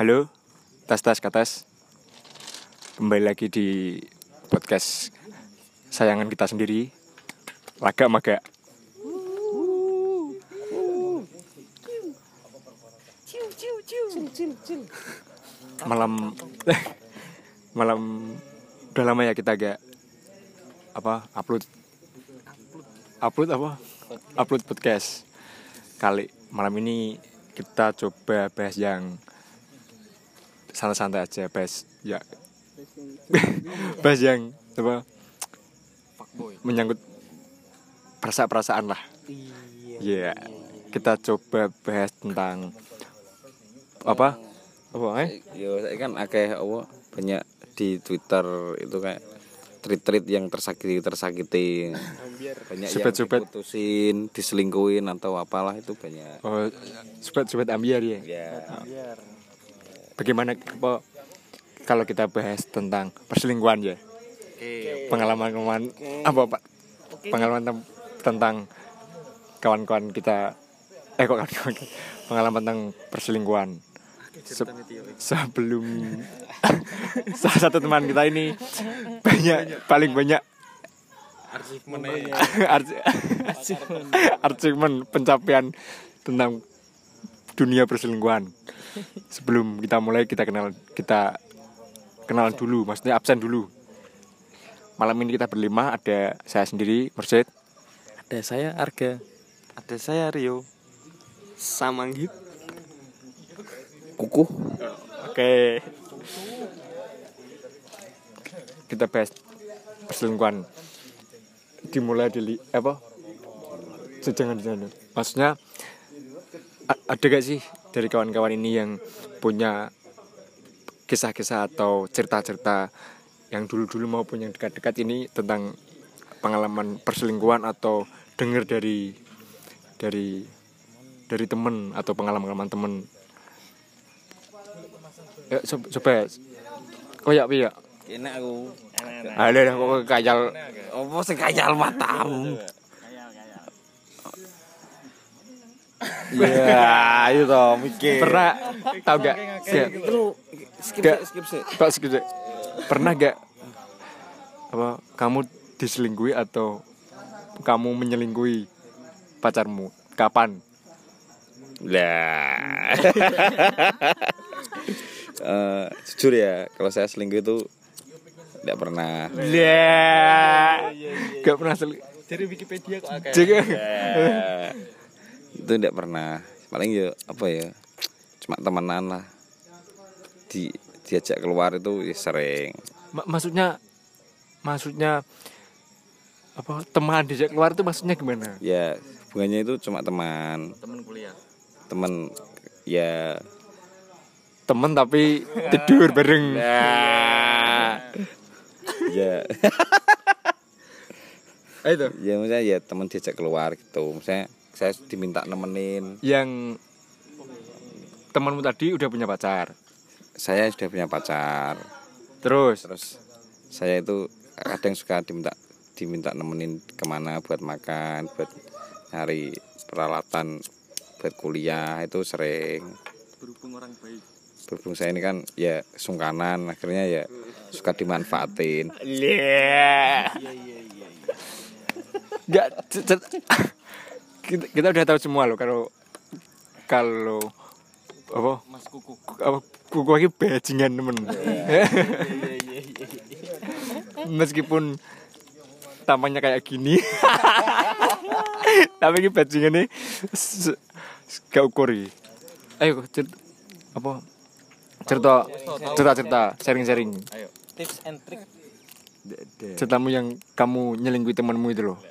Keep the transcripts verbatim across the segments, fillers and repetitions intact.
Halo, tes tes kates. Kembali lagi di podcast sayangan kita sendiri, Laga Maga. Malam malam udah lama ya kita agak apa upload upload apa upload podcast. Kali malam ini kita coba bahas yang santai-santai aja, bahas ya bahas yang apa menyangkut perasaan-perasaan lah. Iya, yeah. Kita coba bahas tentang apa apa eh yo saya kan akeh apa banyak di Twitter itu kayak tweet-tweet yang tersakiti tersakiti banyak sobat-sobat yang diputusin, diselingkuhin atau apalah itu banyak. Oh, sobat-sobat ambiar ya. Ya. Bagaimana apa, kalau kita bahas tentang perselingkuhan ya? Okay. Pengalaman-pengalaman apa Pak? Okay. Pengalaman tem- tentang kawan-kawan kita eh kok kawan-kawan pengalaman tentang perselingkuhan. Se- sebelum salah satu teman kita ini banyak paling banyak achievement pencapaian tentang dunia perselingkuhan. Sebelum kita mulai kita kenal kita kenalan dulu, maksudnya absen dulu. Malam ini kita berlima, ada saya sendiri Mursid, ada saya Arga, ada saya Rio, Samanggit, Kukuh. Oke. Kita bahas perselingkuhan. Dimulai dari apa? Jangan jangan. Maksudnya a- ada gak sih dari kawan-kawan ini yang punya kisah-kisah atau cerita-cerita yang dulu-dulu maupun yang dekat-dekat ini tentang pengalaman perselingkuhan atau dengar dari dari dari temen atau pengalaman-pengalaman temen. Ya, coba koyak piye ya? Enak aku. Ada dah kok kayal. Apa sing kayal matamu? Ya, ayo toh mikir. Pernah tahu gak? Terus skip Gak. skip sih. Kok skip sih? Pernah gak apa kamu diselingkuhi atau kamu menyelingkuhi pacarmu? Kapan? Lah. uh, jujur ya, kalau saya selingkuh itu tidak pernah. Ya. Gak pernah selingkuh. dari Wikipedia kok akeh. Jaga. Ya, itu tidak pernah. Paling ya apa ya? Cuma temenan lah. Di diajak keluar itu ya sering. M- maksudnya maksudnya apa? Teman diajak keluar itu maksudnya gimana? Ya, hubungannya itu cuma teman. Temen kuliah. Teman ya Temen tapi tidur bareng. nah. Ya. Itu. Ya misalnya ya teman diajak keluar gitu. Misalnya saya diminta nemenin. Yang temanmu tadi udah punya pacar. Saya sudah punya pacar. Terus Terus saya itu kadang suka diminta diminta nemenin kemana buat makan, buat nyari peralatan buat kuliah itu sering. Berhubung orang baik. Berhubung saya ini kan ya sungkanan, akhirnya ya suka dimanfaatin. yeah. Gak c- c- kita, kita udah tahu semua loh kalau kalau apa Mas Kuku. apa kuku lagi bajingan temen. Meskipun tampangnya kayak gini tapi ini bajingannya se- gak ukur ya. Ayo cerita apa cerita cerita cerita sharing sharing Ayo. Tips and trick. ceritamu yang kamu nyelingkuhi temanmu itu loh.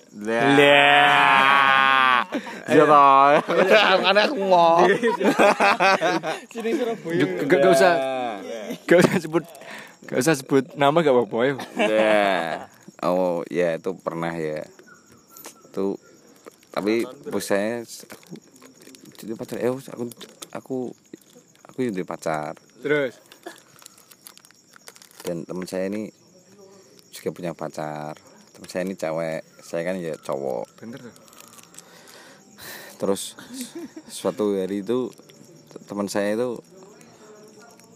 Lah. Ya toh. Kan aku mau. Sini Surabaya. Gak, gak usah gak usah sebut gak usah sebut nama gak apa-apa ayo. Ya. Oh, ya itu pernah ya. Itu tapi bos saya aku jadi pacar eh aku aku aku jadi pacar. Terus Dan teman saya ini juga punya pacar. Teman saya ini cewek, saya kan ya cowok. bener tuh. Terus suatu hari itu teman saya itu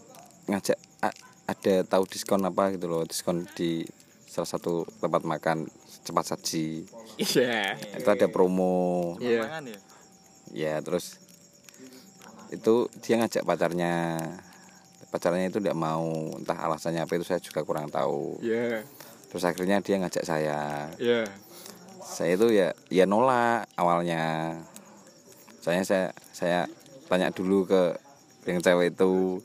ngajak a- ada tahu diskon apa gitu loh, diskon di salah satu tempat makan cepat saji. Iya. Itu ada promo. Iya. Mangan ya. Ya terus itu dia ngajak pacarnya. Pacarnya itu tidak mau, entah alasannya apa itu saya juga kurang tahu. Iya. Terus akhirnya dia ngajak saya. Iya. Saya itu ya ya nolak awalnya. Saya saya saya tanya dulu ke yang cewek itu,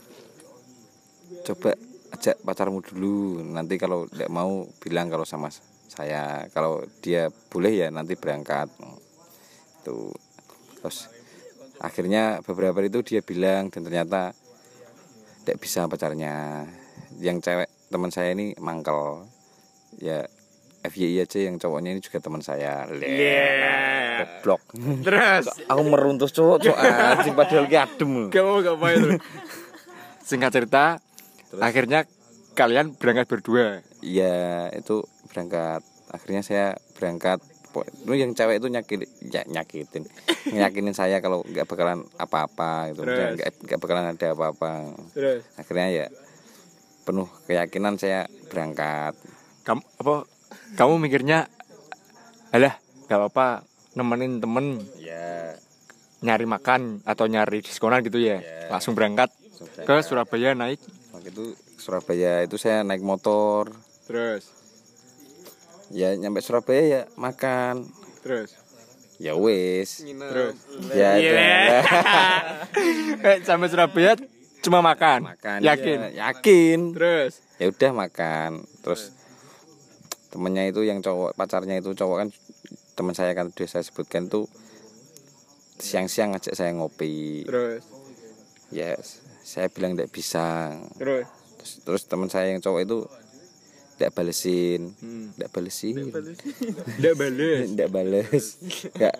coba ajak pacarmu dulu, nanti kalau tidak mau bilang kalau sama saya, kalau dia boleh ya nanti berangkat. Tuh. Terus akhirnya beberapa hari itu dia bilang, dan ternyata tidak bisa pacarnya. Yang cewek teman saya ini mangkel. Ya F Y I aja, yang cowoknya ini juga teman saya. Iya. Goblok. Terus Aku meruntuh cowok cowok anjing padahal ki adem. gak mau gak mau itu. Singkat cerita, Terus? akhirnya kalian berangkat berdua. Iya, itu berangkat. Akhirnya saya berangkat. Lu yang cewek itu nyakitin, ya, nyakitin, nyakinin saya kalau nggak bakalan apa-apa gitu, Terus? nggak nggak bakalan ada apa-apa. Terus Akhirnya ya penuh keyakinan saya berangkat. kamu apa? Kamu mikirnya, alah gak apa-apa nemenin temen Ya, nyari makan atau nyari diskonan gitu ya. Iya. Langsung berangkat ke Surabaya naik. waktu itu Surabaya itu saya naik motor. Terus Ya nyampe Surabaya ya makan. terus Ya wis. terus Ya itu. Eh, sampai Surabaya cuma makan. Makan. Yakin? Ya, yakin. Terus Ya udah makan. Terus temennya itu yang cowok, pacarnya itu cowok kan, teman saya kan udah saya sebutkan tuh siang-siang ngajak saya ngopi. terus Ya saya bilang tidak bisa. terus Terus, terus teman saya yang cowok itu tidak balesin, Hmm. tidak balesin, Nggak bales. tidak bales, nggak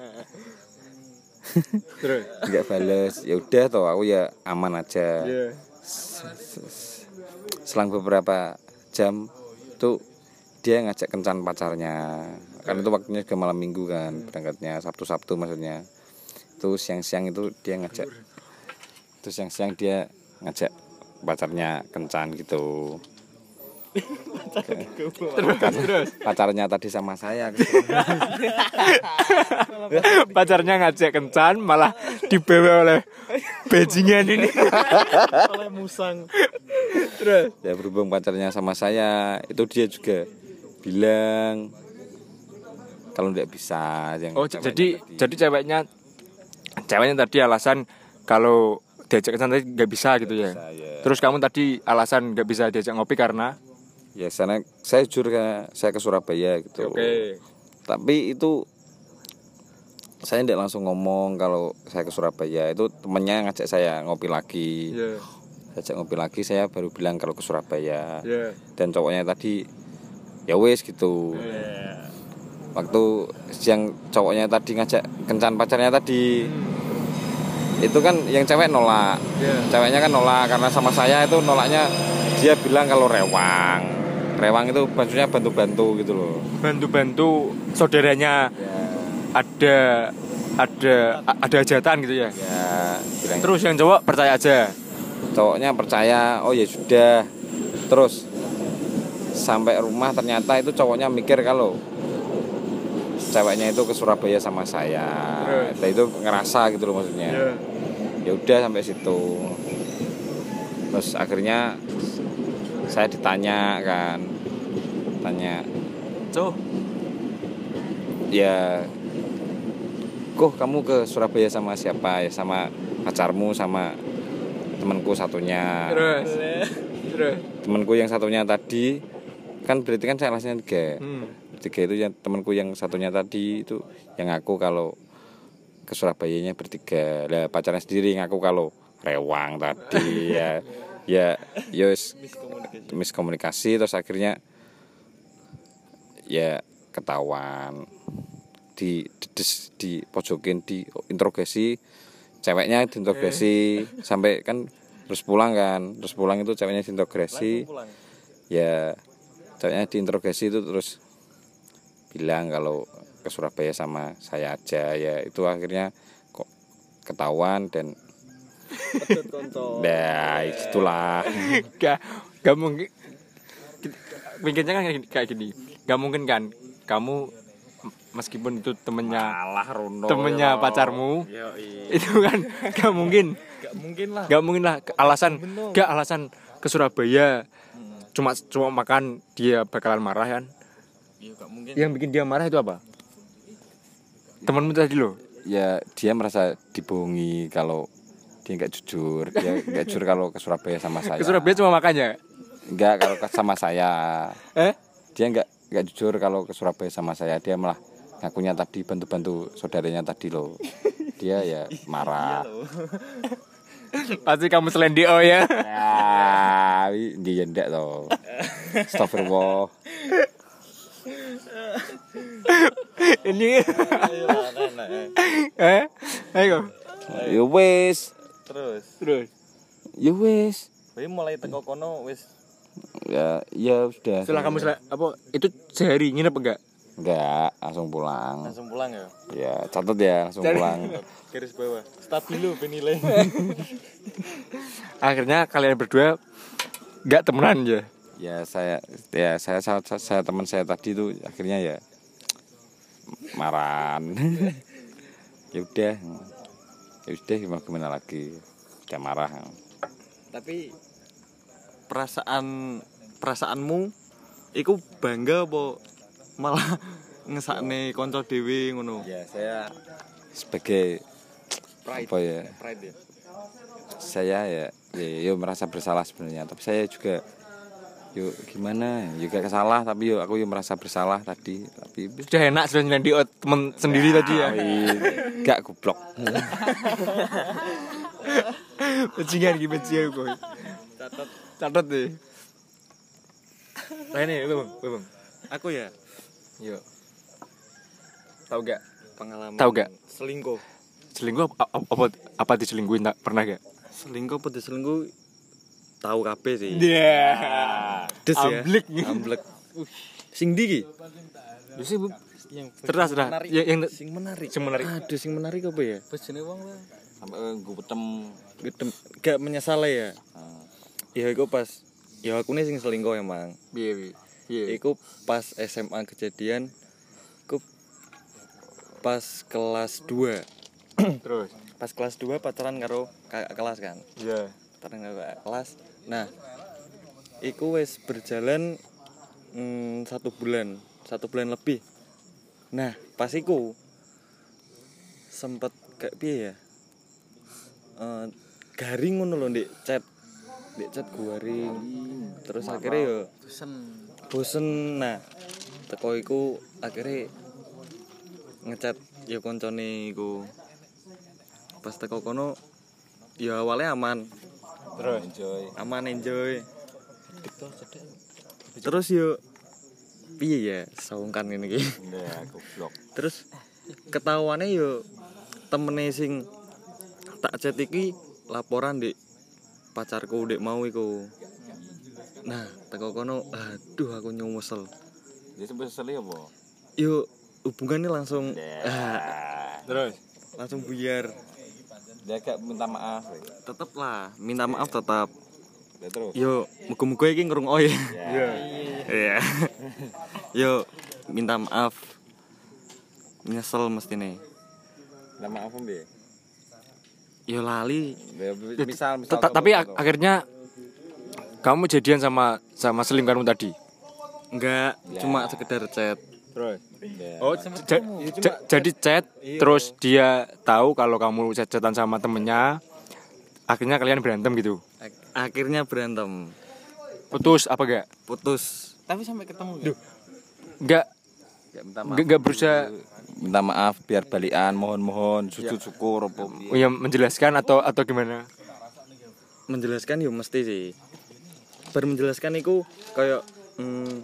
Terus nggak bales. Ya udah toh aku ya aman aja. Iya. Selang beberapa jam tuh dia ngajak kencan pacarnya, kan itu waktunya juga malam minggu kan, berangkatnya Sabtu-Sabtu maksudnya. Itu siang-siang itu dia ngajak, terus siang-siang dia ngajak pacarnya kencan gitu. Terus terus Pacarnya tadi sama saya. pacarnya ngajak kencan malah dibawa oleh bajingan ini. Oleh musang. Terus Ya berhubung pacarnya sama saya, itu dia juga bilang kalau tidak bisa. Yang oh ceweknya jadi tadi. jadi ceweknya ceweknya tadi alasan kalau diajak kencan tadi nggak bisa gitu ya. Bisa, ya. Terus kamu tadi alasan nggak bisa diajak ngopi karena Ya sana saya jujur ke saya ke Surabaya gitu. Tapi itu saya tidak langsung ngomong kalau saya ke Surabaya. Itu temennya ngajak saya ngopi lagi. Iya. Ngajak ngopi lagi, saya baru bilang kalau ke Surabaya. Iya. Dan cowoknya tadi ya wes gitu. Waktu siang cowoknya tadi ngajak kencan pacarnya tadi, itu kan yang cewek nolak. Iya. Ceweknya kan nolak karena sama saya itu nolaknya, dia bilang kalau rewang. Rewang itu maksudnya bantu-bantu gitu loh. Bantu-bantu saudaranya Ya, ada ada ada hajatan gitu ya. ya bilang. Terus yang cowok percaya aja. Cowoknya percaya, oh ya sudah. Terus sampai rumah ternyata itu cowoknya mikir kalau ceweknya itu ke Surabaya sama saya. Terus? Nah, itu ngerasa gitu loh maksudnya. Ya udah sampai situ. Terus akhirnya saya ditanya kan, tanya, Cuk, ya, kok kamu ke Surabaya sama siapa? Ya sama pacarmu, sama temanku satunya. terus terus Temanku yang satunya tadi kan berarti kan saya kelasnya tiga. hmm. Tiga itu yang temanku yang satunya tadi itu yang ngaku kalau ke Surabayanya bertiga. Lah pacarnya sendiri ngaku kalau rewang tadi ya. Ya, yos miskomunikasi terus akhirnya ya ketahuan, di dedes, di pojokin, di interogasi, ceweknya diinterogasi sampai kan terus pulang kan, terus pulang itu ceweknya diinterogasi, ya ceweknya diinterogasi itu terus bilang kalau ke Surabaya sama saya aja. Ya itu akhirnya kok ketahuan dan pedot konco. Nah, itulah. Gak, gak mungkin. Mikirnya kan kayak gini. Gak mungkin kan kamu meskipun itu temennya Malah Rono. temennya pacarmu, Yo, iya. itu kan gak mungkin. Gak mungkin lah. Gak mungkin lah alasan Bener. gak alasan ke Surabaya cuma cuma makan dia bakalan marah kan. Iya, gak mungkin. Yang bikin dia marah itu apa? Temanmu tadi loh. Ya dia merasa dibohongi kalau dia nggak jujur, dia nggak jujur kalau ke Surabaya sama saya. Ke Surabaya cuma makannya. Enggak kalau ke sama saya. Eh? Dia nggak nggak jujur kalau ke Surabaya sama saya. Dia malah ngakunya tadi bantu-bantu saudaranya tadi loh. Dia ya marah. Pasti kamu selain Dio ya. Ya, dia ndak toh. Astagfirullah. Ini Ayo lah, nah, nah. eh ayo Ya wis, Terus, terus ya wis. kowe mulai teko kono wis Ya, ya sudah. setelah kamu setelah, apa itu sehari nginep enggak? Enggak, langsung pulang. langsung pulang ya. Ya, catat ya, langsung Catat. pulang. Garis bawah. Stabilo penilai. Akhirnya kalian berdua enggak temenan ya. Ya saya ya saya saya, saya teman saya tadi tuh akhirnya ya marahan. Ya udah. Ya udah gimana, gimana lagi. Udah marah. Tapi perasaan perasaanmu iku bangga apa malah ngesakne kanca dhewe ngono? Ya saya sebagai Pride. apa ya? Pride ya. Saya ya ya, ya merasa bersalah sebenarnya, tapi saya juga yuk gimana juga kesalah tapi yuk aku yuk merasa bersalah tadi tapi Sudah enak sudah nyalain Dio temen sendiri tadi ya. gak goblok. Bajingan gitu bajingan kok. Catat Catat deh. Lah ini, Bang, Bang. aku ya Yo. Tahu gak? pengalaman Tahu gak? selingkuh. Selingkuh apa apa, apa diselingkuhin tak pernah gak? Selingkuh apa diselingkuh tahu kabeh sih. Iya. Des ya. Amblek. Amblek. Sing ndi ki? Ya sih, Bu. Yang Cerdas dah. menarik. Yang, yang Sing menarik. Sing menarik. Aduh, sing menarik apa ya? Bojone wong lah. Sampai gue petem. Gedem, gak menyesal ya. Ya iku pas ya aku nih sing selingkuh emang. piye piye. Piye. Iku pas S M A kejadian. Iku pas kelas dua. Terus. Pas kelas dua pacaran karo kakak kelas kan. Iya. Pacaran karo kakak kelas. Nah, iku wis berjalan mm, satu bulan, satu bulan lebih. Nah, pas iku sempet kayak piye ya? Eh, garing ngono lho ndek chat. Ndek chat garing. Terus akhirnya yo Bosen. bosen. Nah, teko iku akhirnya ngechat ya koncone iku. Pas teko kono ya awalnya aman. Terus. Enjoy. Aman enjoy. Terus yo piye ya saungkan ngene iki. Ya goblok. Terus ketahuane yo temene sing tak chat iki laporan Dik pacarku Dik mau iku. Nah, teko kono aduh aku nyuwesel. Dia sebut sesali apa? Yo hubungannya langsung ah, Terus. langsung buyar. Dia gak minta maaf. Tetep lah, minta maaf tetap. Ya terus. Yo, muga-muga iki ngrungok ya. Iya. Iya. Yo, minta maaf. Nyesel mestine. Minta maaf om be. Yo lali. Ya, misal misal. Tet- Tapi ak- akhirnya kamu jadian sama sama selingkuhanmu tadi. Enggak, Ya. cuma sekedar chat. Terus. Ya. Oh, ja- ja- jadi chat, terus dia tahu kalau kamu chat-chatan sama temennya, akhirnya kalian berantem gitu. Ak- Akhirnya berantem. Putus apa enggak? Putus. Tapi sampai ketemu enggak? Enggak, Gak minta maaf. enggak, enggak berusaha Minta maaf biar balikan, mohon-mohon, sujud syukur apa. oh, ya, menjelaskan atau atau gimana? Menjelaskan yo mesti sih. Bar menjelaskan iku kayak hmm,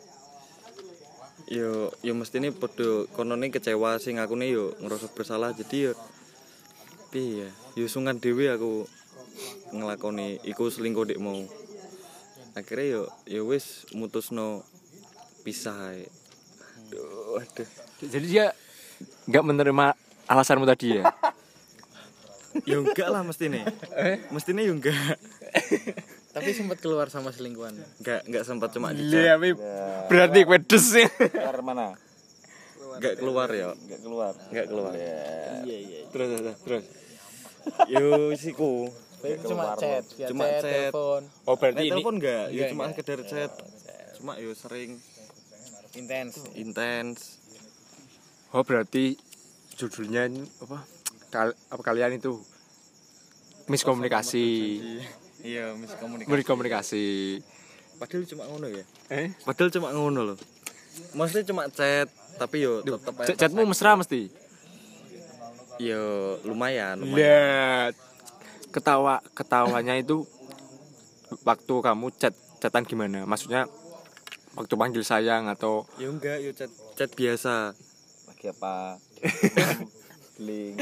yo yo mestine padha konone kecewa sing akune yo ngerasa bersalah jadi yo piye ya yo sungan dhewe aku ngelakoni iku selingkuh Dik mau. Akhirnya yo yo wis mutusno pisah ae. Aduh, aduh. Jadi dia enggak menerima alasanmu tadi ya? Ya enggak lah mestine. Mestine ya enggak. Tapi sempat keluar sama selingkuhan. Enggak, enggak sempat cuma Iya, dicat. tapi berarti pedes ya. Keluar mana? Enggak keluar ya. Enggak keluar. Enggak keluar. Iya iya. Terus terus terus. Yo siku. Cuma chat, via Cuma chat, chat. telepon. Oh, berarti Nek ini telepon enggak, ya Enggak, cuma enggak. sekedar chat. Cuma yo sering Intens. intens. oh berarti judulnya ini apa? Kal- apa kalian itu miskomunikasi. Iya, miskomunikasi. Miskomunikasi. Padahal cuma ngono ya. Eh? Padahal cuma ngono loh. Maksudnya cuma chat, tapi yo tetep aja C- Chatmu mesra mesti. yo lumayan, lumayan. Lihat ketawa ketawanya itu waktu kamu chat chatan gimana? Maksudnya waktu panggil sayang atau Ya enggak, yo chat chat biasa. Lagi apa? Link.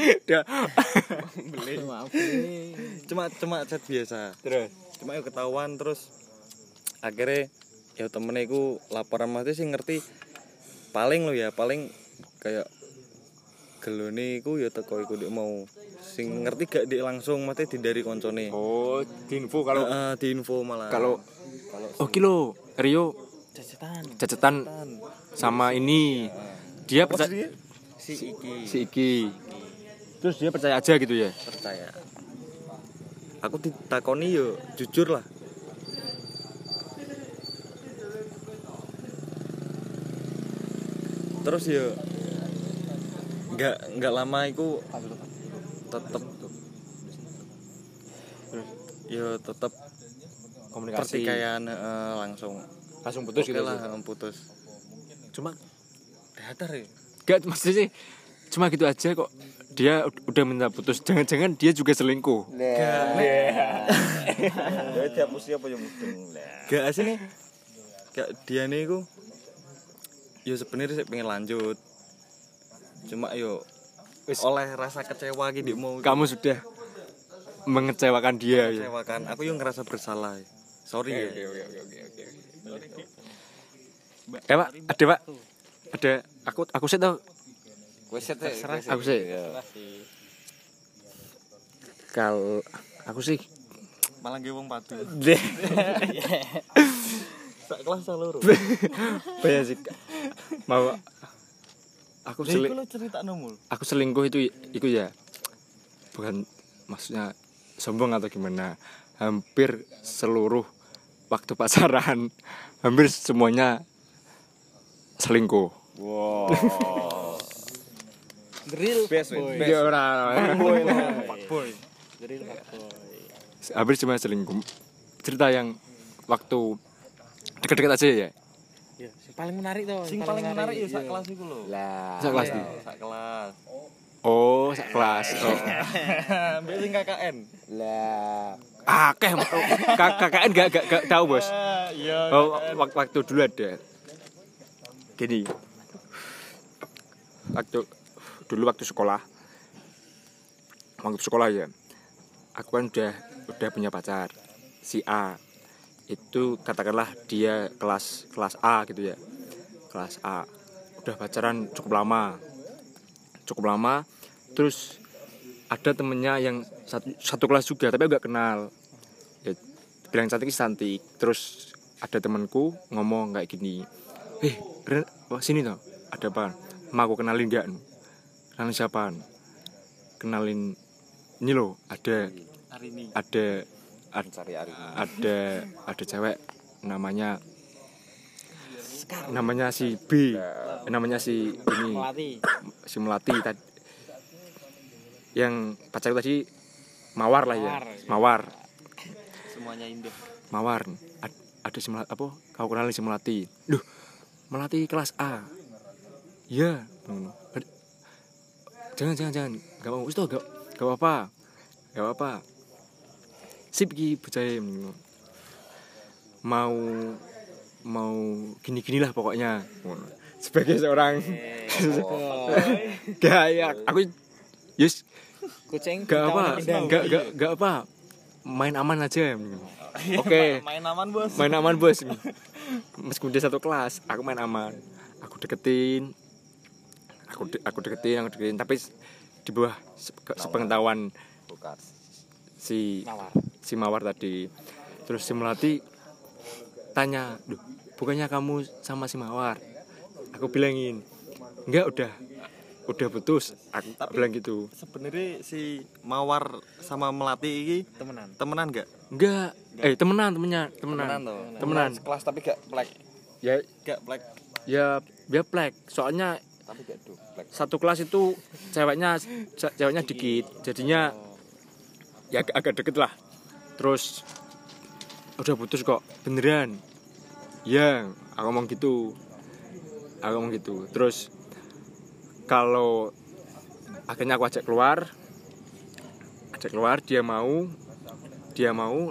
Maaf ini. Cuma cuma chat biasa. terus Cuma yo ketahuan terus akhirnya ya temennya iku laporan mati sih ngerti paling lo ya paling kayak gelone iku ya teko iku dek mau sing ngerti gak dek langsung mati dindari koncone. oh info kalau Heeh, di info malah. kalau oh kilo Rio Cacetan. cacetan sama ini dia percaya si iki si Iki terus dia percaya aja gitu ya. percaya. Aku ditakoni yo jujur lah. Terus yo nggak nggak lama iku tetep yo tetep Komunikasi pertikaian eh, langsung langsung putus Oke gitu lah sih. eh, putus. Cuma Datar ya. gak maksudnya sih cuma gitu aja kok dia ud- udah minta putus. Jangan-jangan dia juga selingkuh. Ya dihapus apa yang mudeng. Gak asli nih. Gak dia nih iku yo sebenarnya saya pengen lanjut. Cuma yo oleh rasa kecewa gitu mau Kamu sudah mengecewakan dia ya. kecewakan. Aku yang ngerasa bersalah. Sorry ya. Eh Pak, ada Pak. Ada aku aku sih tau. Wes set. Aku sih. Kalau aku sih Malah ge wong padu. Sak kelas loro. banyak sih. Mau aku Lha iku seling lo cerita nomul. aku selingkuh itu itu ya. Bukan maksudnya sombong atau gimana. Hampir seluruh waktu pacaran hampir semuanya selingkuh. Wow. Drill Best, boy. best. Dia orang Boy lah, pak boy. Drill boy. hampir cuma selingkuh. Cerita yang waktu dekat-dekat aja ya. Ya, yang paling menarik tuh. Sing paling menarik ya sak kelas iku lho. Lah. Sak kelas nih. Sak kelas. Oh, sak kelas. Oh. Mbek sing K K N. Lah. Akeh K K N gak gak gak tahu, Bos. Iya. Oh, waktu, waktu dulu ada. Gini. Waktu dulu waktu sekolah. Waktu sekolah ya. Aku kan udah udah punya pacar si A. Itu katakanlah dia kelas kelas A gitu ya. Kelas A. Udah pacaran cukup lama. Cukup lama. Terus ada temennya yang satu, satu kelas juga tapi aku gak kenal. Ya, bilang cantik cantik. Terus ada temanku ngomong kayak gini. Eh, Ren, wah sini toh. Ada apa? Ma aku kenalin gak? Kenalin siapa? Kenalin ini loh, ada Hari ini. ada ada Cari Ari. ada ada cewek namanya namanya si B, namanya si ini Melati. si Melati tadi yang pacar tadi Mawar lah ya, Mawar, Semuanya indah. Mawar. Ad, ada si Melati apa? Kau kenalin si Melati. Duh, Melati kelas A. Iya. Hmm. Ad- Jangan jangan jangan. Gak mau. Itu gak gak apa-apa. Gak apa-apa. Sip ki percaya mau mau gini-ginilah pokoknya. Sebagai seorang gaya aku yes Kucing. gak apa gak gak gak apa main aman aja. Oke. Main aman, Bos. Main aman bos. Meskipun dia satu kelas, aku main aman. Aku deketin, aku de- aku deketin, aku deketin. Tapi di bawah se- ke- sepengetahuan Kulkas. si Mawar. si Mawar tadi. Terus si Melati tanya, "Duh, bukannya kamu sama si Mawar?" Aku bilangin, "Enggak, udah udah putus." Aku Tapi- bilang gitu. Sebenarnya si Mawar sama Melati ini Temenan. temenan gak? Enggak, eh temenan, temennya, temenan. toh. Temenan. Sekelas tapi gak black. Ya Gak black. ya dia plek. Soalnya Tapi gak do black. satu kelas itu ceweknya ce- ceweknya dikit. Jadinya ya agak, agak deket lah. Terus udah putus kok, beneran? Ya, aku ngomong gitu. Aku ngomong gitu. Terus kalau akhirnya aku ajak keluar, ajak keluar dia mau, dia mau.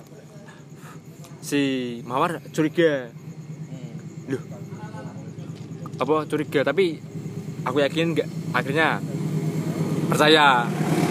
Si Mawar curiga. Loh, apa curiga? Tapi aku yakin nggak. Akhirnya percaya.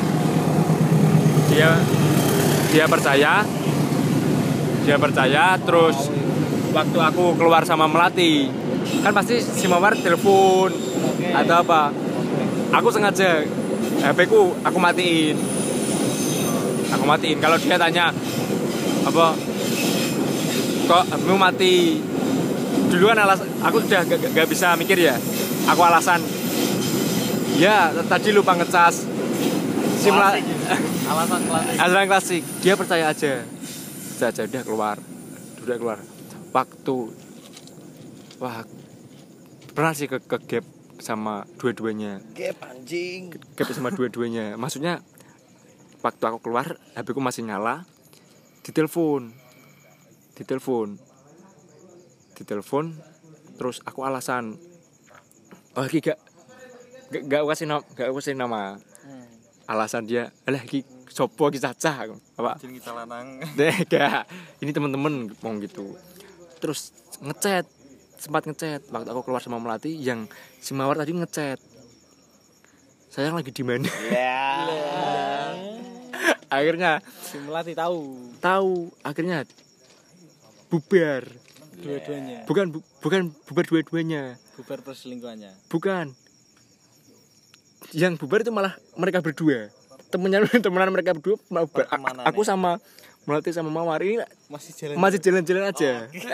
Dia dia percaya. Dia percaya. Terus waktu aku keluar sama Melati, kan pasti si Mawar telepon atau apa. Aku sengaja H P ku aku matiin. Aku matiin. Kalau dia tanya apa, kok H P mu mati? Duluan alas, aku sudah gak, gak bisa mikir ya. Aku alasan, ya tadi lupa ngecas. Si Melati. Alasan klasik. Alasan klasik. Dia percaya aja. Percaya aja, udah keluar. Udah keluar. Waktu, wah, pernah sih ke, ke gap sama dua-duanya. Gap anjing. Gap sama dua-duanya. Maksudnya waktu aku keluar, H P ku masih nyala. Ditelepon. Ditelepon. Ditelepon. Terus aku alasan, oh iki gak gak, gak aku kasih nama, gak aku kasih nama. Alasan dia, alah iki sopo iki cacah apa? Jeneng kita lanang. Deh, gak. Ini temen-temen ngomong gitu. Terus ngechat, sempat ngechat waktu aku keluar sama Melati, yang si Mawar tadi ngechat. Sayang lagi di mana? Ya. Akhirnya Si Melati tahu tahu, akhirnya bubar. dua-duanya. Bukan bu, bukan bubar dua-duanya. Bubar perselingkuhannya. Bukan. Yang bubar itu malah mereka berdua. Temennya temenan mereka berdua malah bubar. A- Pertemanan aku ya? sama Melati sama Mawar ini Masih jalan. masih jalan-jalan aja.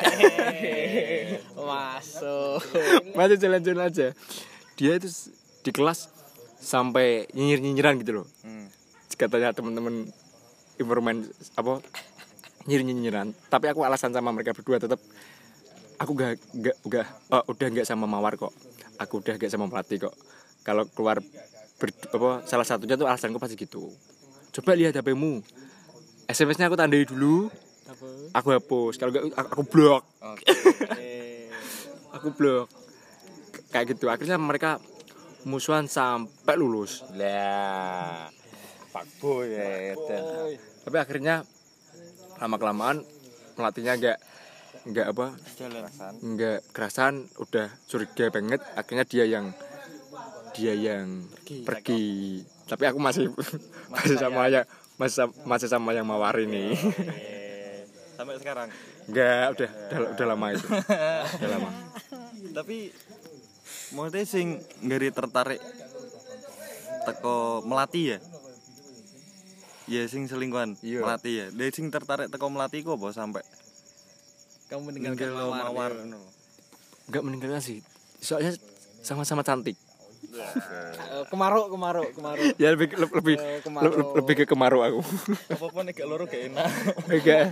Masuk. Masih jalan-jalan aja. Dia itu s- di kelas sampai nyinyir-nyinyiran gitu loh. Hmm. Katanya teman-teman informan apa nyinyiran. Tapi aku alasan sama mereka berdua tetap aku gak gak gak oh, udah gak sama Mawar kok. Aku udah gak sama Melati kok. Kalau keluar ber, apa salah satunya tuh alasanku pasti gitu. Coba lihat H P-mu. S M S-nya aku tandai dulu. Apa? Aku hapus. Kalau enggak aku, aku blok. Eh, Aku blok. Kayak gitu. Akhirnya mereka musuhan sampai lulus. Lah. Fuckboy ya. Tapi akhirnya lama kelamaan Melatinya enggak enggak apa? Jalan. Enggak kerasan, udah curiga banget. Akhirnya dia yang dia yang pergi. Tapi aku masih masih sama ya masih sama, masih sama yang Mawar ini. Sampai sekarang. Enggak, udah udah, udah lama itu. Udah lama. Tapi maksudnya sing nggari tertarik teko Melati ya. Ya sing selingkuhan Iya. Melati ya. Dia sing tertarik teko Melati kok apa sampai kamu meninggalkan ninggal Mawar. Mawar ya. ngono. Enggak meninggalkan sih. Soalnya sama-sama cantik. Eh, kemaruk, kemaruk, kemaruk. Ya lebih lebih Eh, lebih, kemarau. lebih ke kemarau aku. Apa-apa nek gak loro gak enak. Enggak.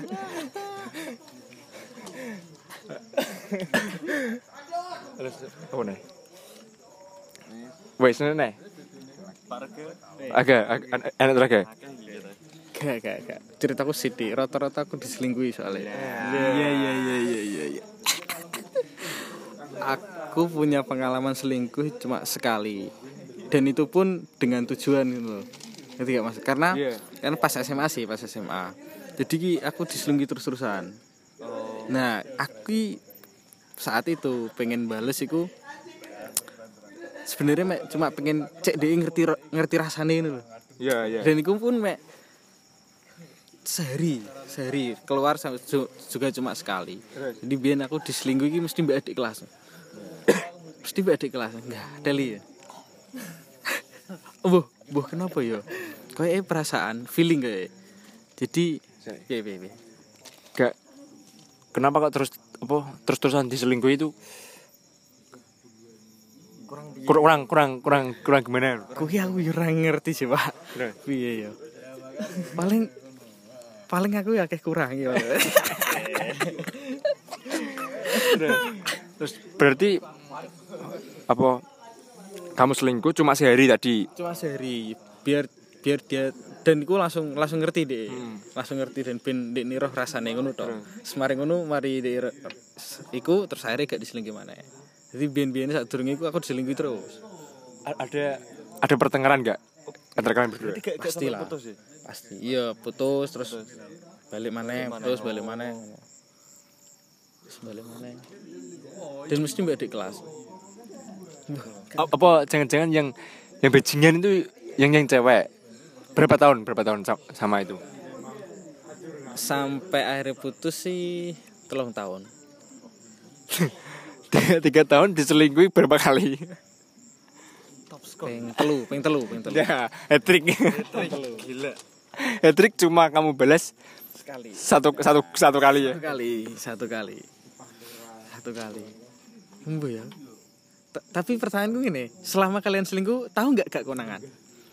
Terus apa nih? Wes nih. Parke. Agak agak- enak teraga. Akeh iki ta. Gak, gak, gak. Ceritaku sidik. Rata-rata aku diselingkuhi soalnya. Iya iya iya iya iya iya. Aku punya pengalaman selingkuh cuma sekali. Dan itu pun dengan tujuan gitu loh. Ngerti gak Mas? Karena Iya. kan pas S M A sih, pas S M A. Jadi ki aku diselingkuhi terus-terusan. Nah, aku saat itu pengen bales iku sebenarnya mek cuma pengen cek dia ngerti ngerti rasanya ini loh. Iya, iya. Dan iku pun mek sehari sehari keluar sama- ju- juga cuma sekali. Jadi biar aku diselingkuhi iki mesti mbak adik kelas. Mesti mbak adik kelas enggak teli ya. Oh, buh, buh kenapa ya? Kayak perasaan, feeling kayak. Jadi piye piye piye. Gak kenapa kok terus apa terus-terusan diselingkuhi itu kurang kurang kurang kurang gimana? Kuwi aku yo ora ngerti sih, Pak. Piye yo. Paling paling aku ya akeh kurang yo. Terus berarti apa kamu selingkuh cuma sehari tadi? Cuma sehari biar biar dia dan aku langsung langsung ngerti deh. Hmm. Langsung ngerti dan ben ndek roh rasane ngono tok. Semari ngono mari ndek iku terus akhirnya gak diselingkuhi maneh. Jadi biyen-biyen saat durung iku aku diselingkuhi terus. Ada ada pertengkaran enggak antara kalian berdua? Pasti lah. Pasti. Iya, putus terus balik maneh, putus balik maneh. Terus balik maneh. Dan mesti mbak di kelas. Apa jangan-jangan yang yang bajingan itu yang yang cewek? Berapa tahun? Berapa tahun sama itu? Sampai akhirnya putus sih telung tahun. tiga, tiga tahun diselingkuhi berapa kali? Peng telu, peng telu, peng telu. Ya, hat-trick. Gila. Hat-trick cuma kamu balas Sekali. satu satu satu kali ya. Satu kali, satu kali. Satu kali. Embo ya. T- Tapi pertanyaanku gini, selama kalian selingkuh, tahu nggak gak konangan?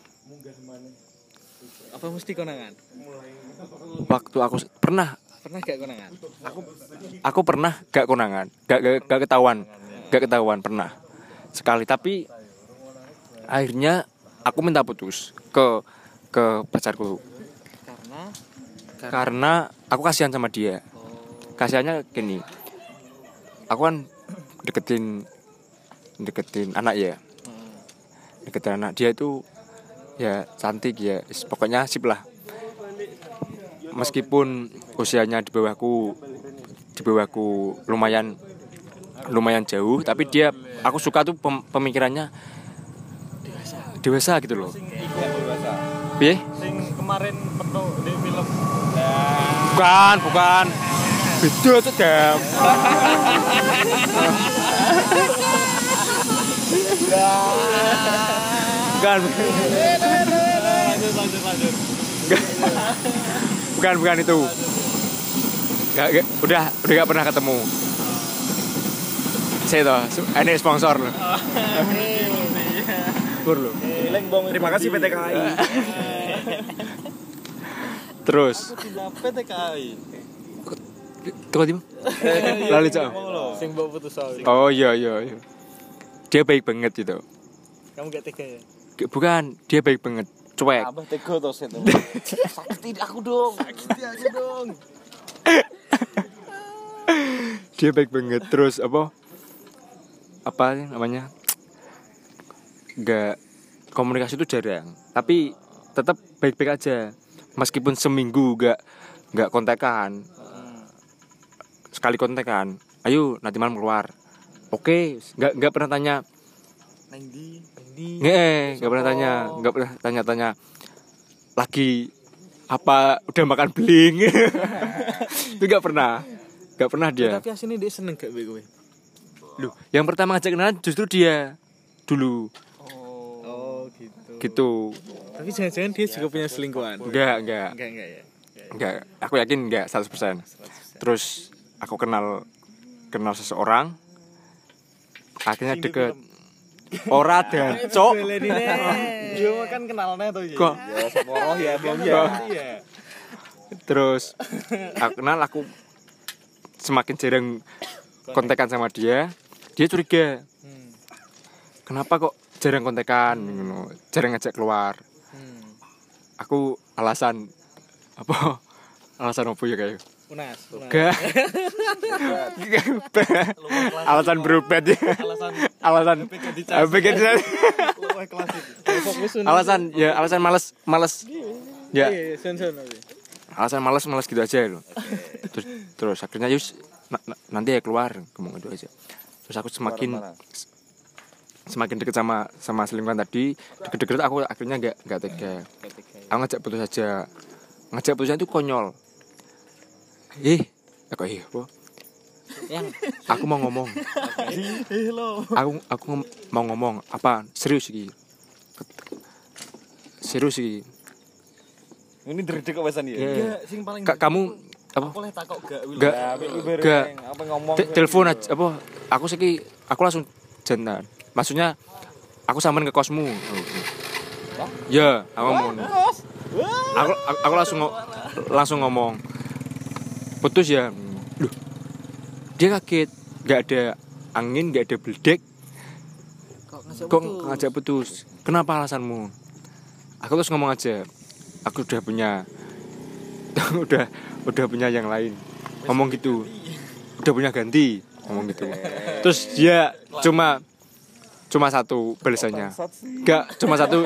Apa mesti konangan? Waktu aku pernah Pernah gak konangan? aku aku pernah gak konangan, gak gak, gak ketahuan, gak ketahuan pernah sekali. Tapi akhirnya aku minta putus ke ke pacarku Karena karena aku kasihan sama dia. Kasihannya gini, aku kan deketin deketin anak ya, deketin anak dia itu ya cantik ya, pokoknya sip lah. Meskipun usianya di bawahku di bawahku lumayan lumayan jauh, tapi dia aku suka tuh pem, pemikirannya dewasa dewasa gitu loh. Piye? Sing kemarin petu di film. Bukan, bukan. Beda tuh, Dam. Bukan. Lanjut lanjut lanjut. Bukan, bukan itu. Gak, gak, udah, udah gak pernah ketemu. Saya toh, ini sponsor loh. Kur loh. Terima kasih P T K I. Terus. P T K I. Tunggu tim. Lali cok. sing mbok putus soal. Oh iya iya iya. Dia baik banget gitu. Kamu gak tega ya? Bukan, dia baik banget. Cuek. Abah tega to sen. Sakiti aku dong. Sakiti aku dong. Dia baik banget. Terus apa? Apa namanya? Gak komunikasi itu jarang, tapi tetap baik-baik aja. Meskipun seminggu gak gak kontekan. Sekali kontekan, ayo nanti malam keluar. Oke, nggak nggak pernah tanya. Nendi, nendi. Nggak, nggak pernah tanya, nggak pernah tanya-tanya. Lagi apa udah makan beling? Itu nggak pernah, nggak pernah dia. Tapi aslinya dia seneng gak kowe? Loh, yang pertama ngajak kenalan justru dia dulu. Oh, gitu. Gitu. Tapi jangan-jangan dia juga punya selingkuhan. Enggak, enggak. Enggak, enggak ya. Enggak, aku yakin enggak seratus persen. Terus aku kenal kenal seseorang, akhirnya deket. Ora dan cok. Yo kan kenalnya tuh ya. Kok Ya seporoh ya, Bang ya. Iya. terus aku kenal, aku semakin jarang kontekan sama dia. Dia curiga. Kenapa kok jarang kontekan, ngono. Jarang ngajak keluar. Aku alasan apa? Alasan apa ya kayak? Unas, unas. Gak. Alasan berobat ya. Alasan Alasan P K D. luwih klasik. Alasan ya alasan malas malas. Ya. Iya, son-son. Alasan malas malas gitu aja loh. Terus terus akhirnya yus na- na- nanti ya keluar ngomong gitu aja. Terus aku semakin semakin deket sama sama selingkuhan tadi, deket-deket aku akhirnya nggak nggak tega. Aku ngajak putus aja. Ngajak putusnya itu konyol. Ih, aku ih, apa? Yang Aku mau ngomong. Aku aku ngom- mau ngomong apa? Serius iki. Serius iki. Ini dredeg kok wesan ya. Iya. sing paling Ka- kamu apa boleh takok gak Wil? gak gak apa ngomong. te- telepon aja apa aku siki aku langsung jantan maksudnya aku sampean ke kosmu ya aku ngomong aku aku, aku langsung ngo- langsung ngomong putus ya. Loh, dia kaget nggak ada angin nggak ada beledek Kok ngajak kok putus? ngajak putus kenapa alasanmu aku terus ngomong aja aku udah punya udah udah punya yang lain ngomong gitu udah punya ganti ngomong gitu terus dia cuma cuma satu balasannya enggak cuma satu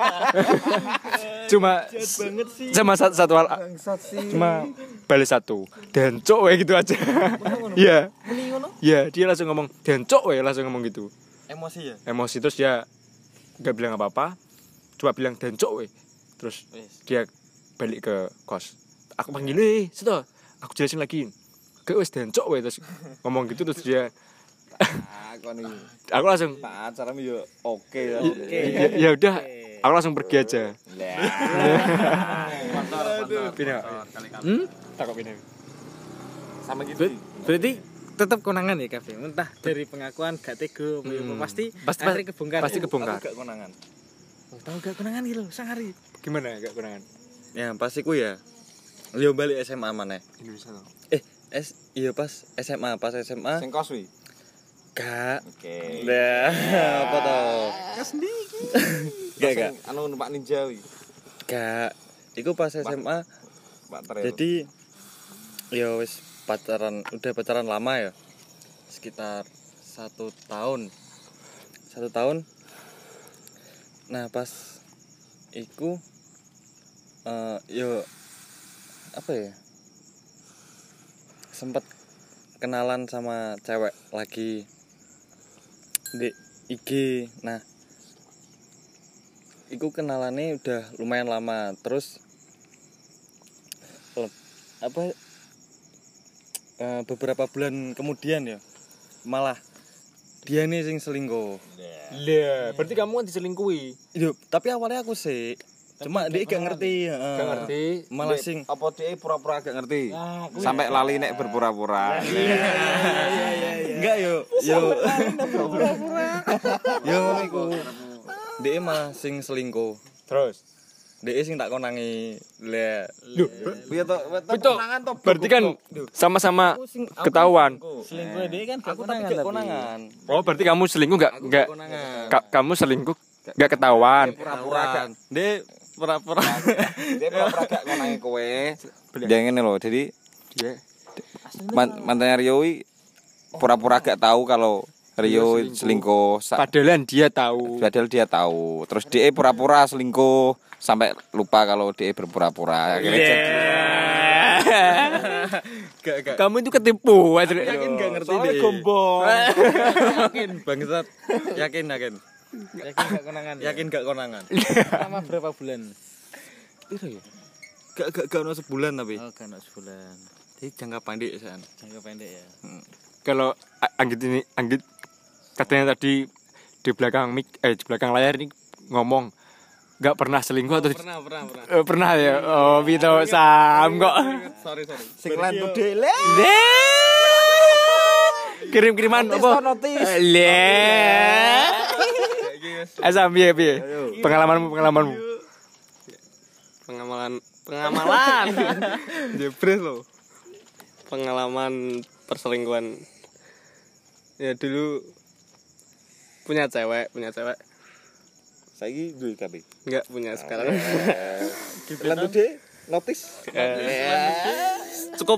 cuma cuma satu, satu al- cuma balas satu dan cok we gitu aja iya iya dia langsung ngomong dan cok we langsung ngomong gitu Emosi ya. emosi terus dia nggak bilang apa-apa cuma bilang dan cok we terus dia balik ke kos aku panggil eh seto aku jelasin lagi gak wes dan cok we terus ngomong gitu terus dia Aku nih aku langsung pacaran yo oke ya. ya, ya udah aku langsung pergi aja pindah Hmm? takut pindah Sama gitu. Ber- berarti tetap konangan ya Kafe. Entah dari pengakuan gak tego Hmm. pasti Pasti- akhirnya kebongkar. pasti kebongkar. Aku gak konangan. Tahu gak konangan gitu sehari. gimana gak kurangan Ya pasti ku ya. Yo balik S M A maneh. Indonesia loh Eh, S iya pas S M A, pas S M A Sing kos wi. gak. Oke. Nah, apa toh? Gak gak. Anu numpak ninja wi. Gak. Iku pas S M A Pak Trel. jadi ya wis pacaran udah pacaran lama ya sekitar satu tahun satu tahun nah pas iku eh yo apa ya sempet kenalan sama cewek lagi di I G nah iku kenalannya udah lumayan lama terus lep- apa eh, beberapa bulan kemudian ya malah dia nih sing selingkuh. Lah, berarti kamu kan diselingkuhi. Yo, tapi awalnya aku sih cuma dia gak ngerti, heeh. Gak ngerti. Malah Dek, sing apa dia pura-pura gak ngerti? Ah, kuwi. Sampai lali nek berpura-pura. enggak yo, yo. Yo ngono iku. Dia malah sing selingkuh. Terus. Dia sing tak konangi. Lah, Loh, Piye to? Betul. Berarti kan sama-sama ketahuan. Selingkuh dia kan gak aku tapi konangan gak tapi. konangan. Oh, berarti kamu selingkuh gak Aku gak gak konangan. ka- kamu selingkuh gak ketahuan. Pura-pura gak. Dia pura-pura. Dia pura-pura gak konangi kowe. Jangan ngene lho. Jadi Iya. man- mantannya Rio wi pura-pura gak tahu kalau Rio Rio selingkuh. Sa- Padahal dia tahu. Padahal dia tahu. Terus dia pura-pura selingkuh sampai lupa kalau dia berpura-pura. Akhirnya jadi Gak gak. Kamu itu ketipu. Yakin gak ngerti soalnya deh. gombong. Yakin bangsat. Yakin yakin. Yakin gak konangan. ya? Yakin gak konangan. Selama berapa bulan? Piro ya? Gak gak gak ono sebulan tapi. Oh, kan sebulan. Jadi jangka pendek san. Jangka pendek ya. Kalau A- Anggit ini Anggit katanya tadi di belakang mic eh di belakang layar ini ngomong nggak pernah selingkuh atau Pernah, pernah, pernah. Eh, pernah ya. Oh, Vito Sam kok. Sorry, sorry. Sing lan budele. Kirim-kiriman apa? Le. Asam piye piye? Pengalamanmu pengalamanmu. pengamalan pengamalan Jepres lo. pengalaman perselingkuhan ya dulu punya cewek punya cewek Saiki duwe kabeh. nggak punya sekarang Lan budhe notis. Eh, cukup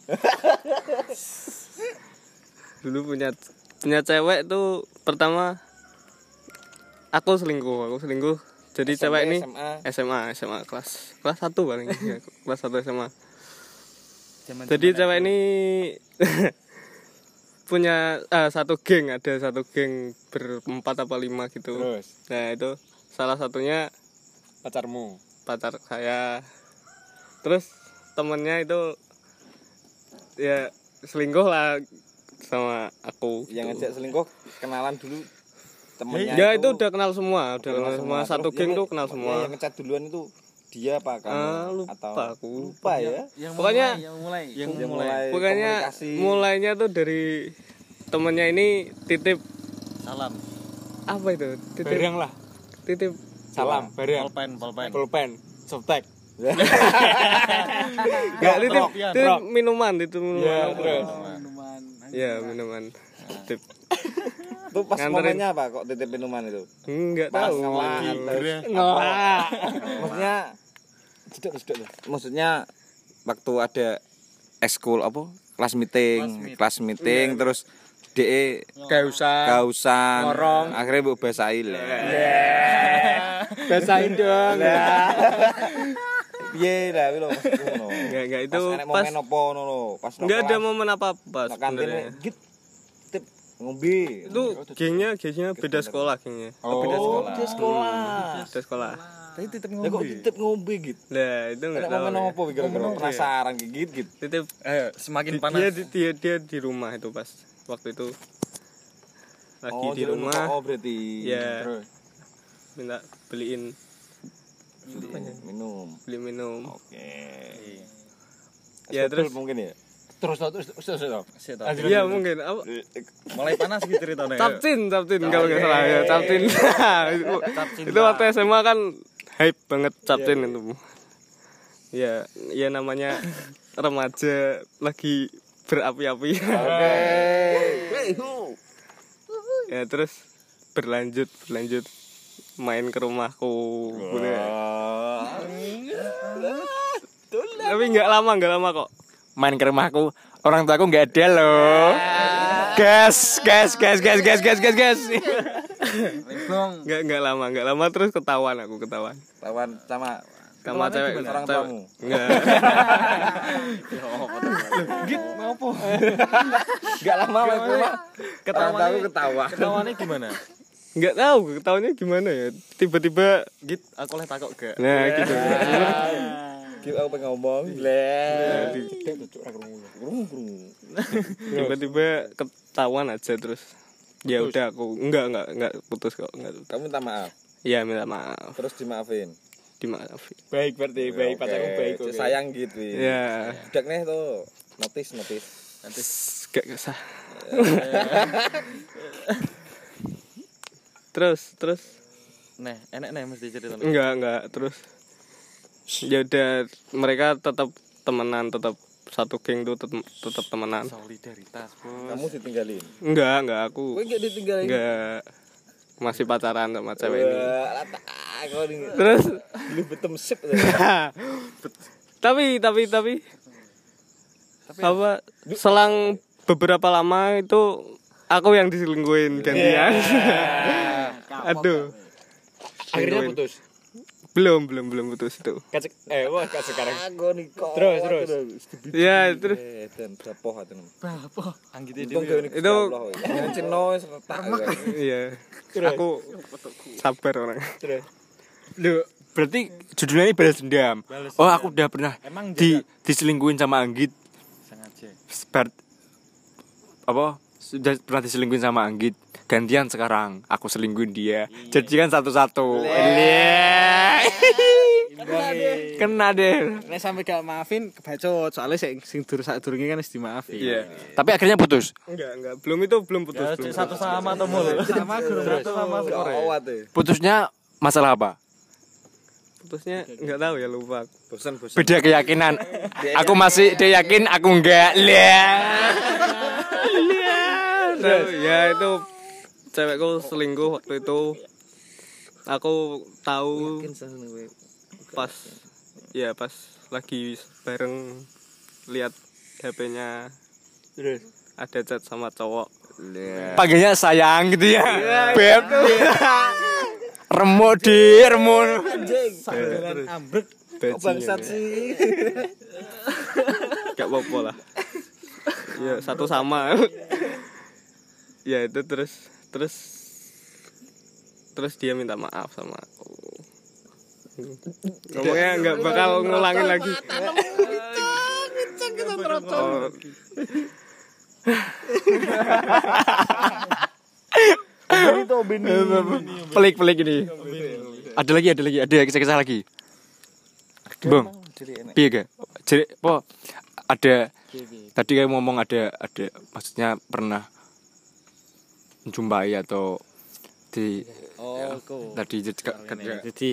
dulu punya punya cewek tuh pertama aku selingkuh aku selingkuh jadi S M P, cewek ini S M A. S M A S M A kelas kelas satu paling ya, kelas satu S M A Zaman jadi cewek ini punya ah, satu geng ada satu geng berempat apa lima gitu Terus nah itu salah satunya pacarmu. pacar saya terus temennya itu ya selingkuh lah sama aku Yang gitu. ngajak selingkuh kenalan dulu temennya. ya itu udah kenal semua udah kenal kenal semua satu Terus geng yang- tuh kenal ya, semua Yang ngecat duluan itu dia apa kamu Ah, lupa atau aku. lupa ya? Yang Pokoknya- mulai, yang mulai, yang Yang mulai. mulai Pokoknya komunikasi. mulainya tuh dari temennya ini titip Salam. apa itu? Titip Barang lah. titip Salam, barang. Pulpen, pulpen. Pulpen, softtek. Enggak titip, Rock, ya, titip rock. minuman, titip minuman. Ya, terus. Minuman. Ya, minuman. Titip. Itu pas Nganterin. momennya apa kok titip minuman itu? Enggak Pas tahu. ngelah Lagi atau- gerah. Ngelah. Maksudnya Sedek, sedek. maksudnya waktu ada ekskul apa? Kelas meeting, Kelas meet. kelas meeting terus DE Kausan. kausan Ngorong. akhirnya mbok basahi lah. Basahin dong. Piye lah kuwi lho maksudku ngono. Enggak, enggak itu Pas enek pas momen apa ngono lho, pas enggak ada momen apa-apa Nak kantin sebenarnya. git tip ngombe. Itu gengnya, gengnya beda sekolah gengnya. Oh, beda sekolah. beda sekolah. Beda sekolah. Tapi titip Lah kok titip ngombe git? Lah, itu enggak Enek tahu. momen ya. apa kira-kira penasaran kayak git git. Titip Ayo, semakin di- panas. dia, di- dia dia di rumah itu pas waktu itu lagi Oh, di jadi rumah oh berarti. ya Terus. minta beliin Minum. beli minum. Oke. Ya, terus- mungkin ya. Terus terus terus terus. terus. Sik, toh. Lanjut, Iya lanjut. mungkin apa Mulai panas gitu ceritanya. Capcin, Capcin kalau nggak salah ya, Capcin. itu, Capcin itu waktu S M A kan hype banget Capcin itu. Ya, ya namanya remaja lagi berapi-api. Oke. Ya terus berlanjut berlanjut main ke rumahku. Tapi nggak lama nggak lama kok. Main ke rumahku, orang tuaku nggak ada loh. Gas, gas, gas, gas, gas, gas, gas, gas. Bong. Nggak nggak lama nggak lama terus ketahuan aku ketahuan. Tawan sama Sama Ketemuannya cewek gimana? Orang cewek- tuamu? Nggak. Git ngopo? Enggak lama main ke rumah. Ketawa tahu ketawa. Ketahuannya gimana? Nggak tahu ketahuannya gimana ya. Tiba-tiba Git, aku oleh takok gak? nah gitu. Git aku pengen ngomong. Nah, di- Krung-krung. tiba-tiba ketahuan aja terus. Ya udah aku enggak enggak enggak putus kok enggak. Kamu minta maaf, Iya minta maaf, terus dimaafin. dimaafin. Baik berarti, baik Oke, pacarku baik. oke. sayang gitu. Ya, Udah nih tuh. Notis, notis. gak kesah. terus terus Nah, enak nih mesti ceritanya. enggak enggak terus. Ya udah mereka tetap temenan, tetap satu geng tuh tetap tetap temenan. Solidaritas, Bos. Kamu ditinggalin. Enggak enggak aku Kowe enggak ditinggalin. enggak masih pacaran sama cewek ini. Wah, lata kau nih. Terus Lu betem sip. tapi tapi tapi apa selang beberapa lama itu aku yang diselingkuhin gantian. Aduh. Akhirnya putus. Belum belum belum putus itu. Kacek eh wah kak sekarang. Aku nih kok. Terus, terus. Ya terus Eh, dan berapa hati nih? Anggite Untung dhewe. gawe ini Itu- Yang cino retak. iya. Aku sabar orang. Terus. Loh, berarti judulnya ini balas dendam. Balas Oh, dendam. aku udah pernah Emang di diselingkuhin sama Anggit. sengaja. Sebar apa? Sudah pernah diselingkuhin sama Anggit. Gantian sekarang aku selingkuhin dia. Jadi kan satu-satu. Iya. Kena deh. Nek sampe gak maafin kebacot, soalnya sing sing dur sak durunge kan wis dimaafin. Iya. Tapi akhirnya putus. Enggak enggak belum itu belum putus. Ya, belum. satu sama atau mulu. Sama guru satu sama skor. Awat deh. Putusnya masalah apa? Putusnya enggak tahu ya lupa. Bosan, bosan. Beda keyakinan. Aku masih dia yakin, aku enggak. Lihat. Tahu, ya itu cewekku selingkuh waktu itu. Aku tahu pas ya pas lagi bareng lihat H P-nya ada chat sama cowok. Panggilnya sayang gitu ya. Beb. Remo di remo. Sandalan ambrek. Kok bangsat sih? Gak apa-apa lah. Ya satu sama. Ya itu terus terus terus dia minta maaf sama aku. Ngomongnya nggak bakal ngulangin lagi. Oh, Pelik-pelik ini. Ada lagi, ada lagi, ada kisah-kisah lagi. Bang. Piye ga? Jadi apa ada tadi kayak ngomong ada ada maksudnya pernah menjumpai atau di Oh, ya, aku. tadi jadi Jadi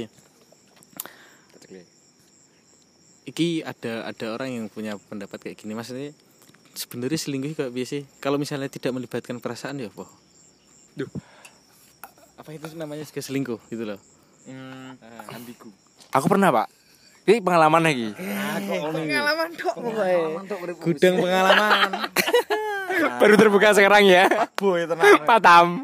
iki ada ada orang yang punya pendapat kayak gini, maksudnya sebenarnya selingkuh kayak biasa kalau misalnya tidak melibatkan perasaan ya apa? Duh. Apa itu namanya juga selingkuh gitu loh. Hmm, ambigu. aku pernah pak ini pengalaman lagi Pengalaman tok gudang pengalaman. baru terbuka sekarang ya Boy tenang. patam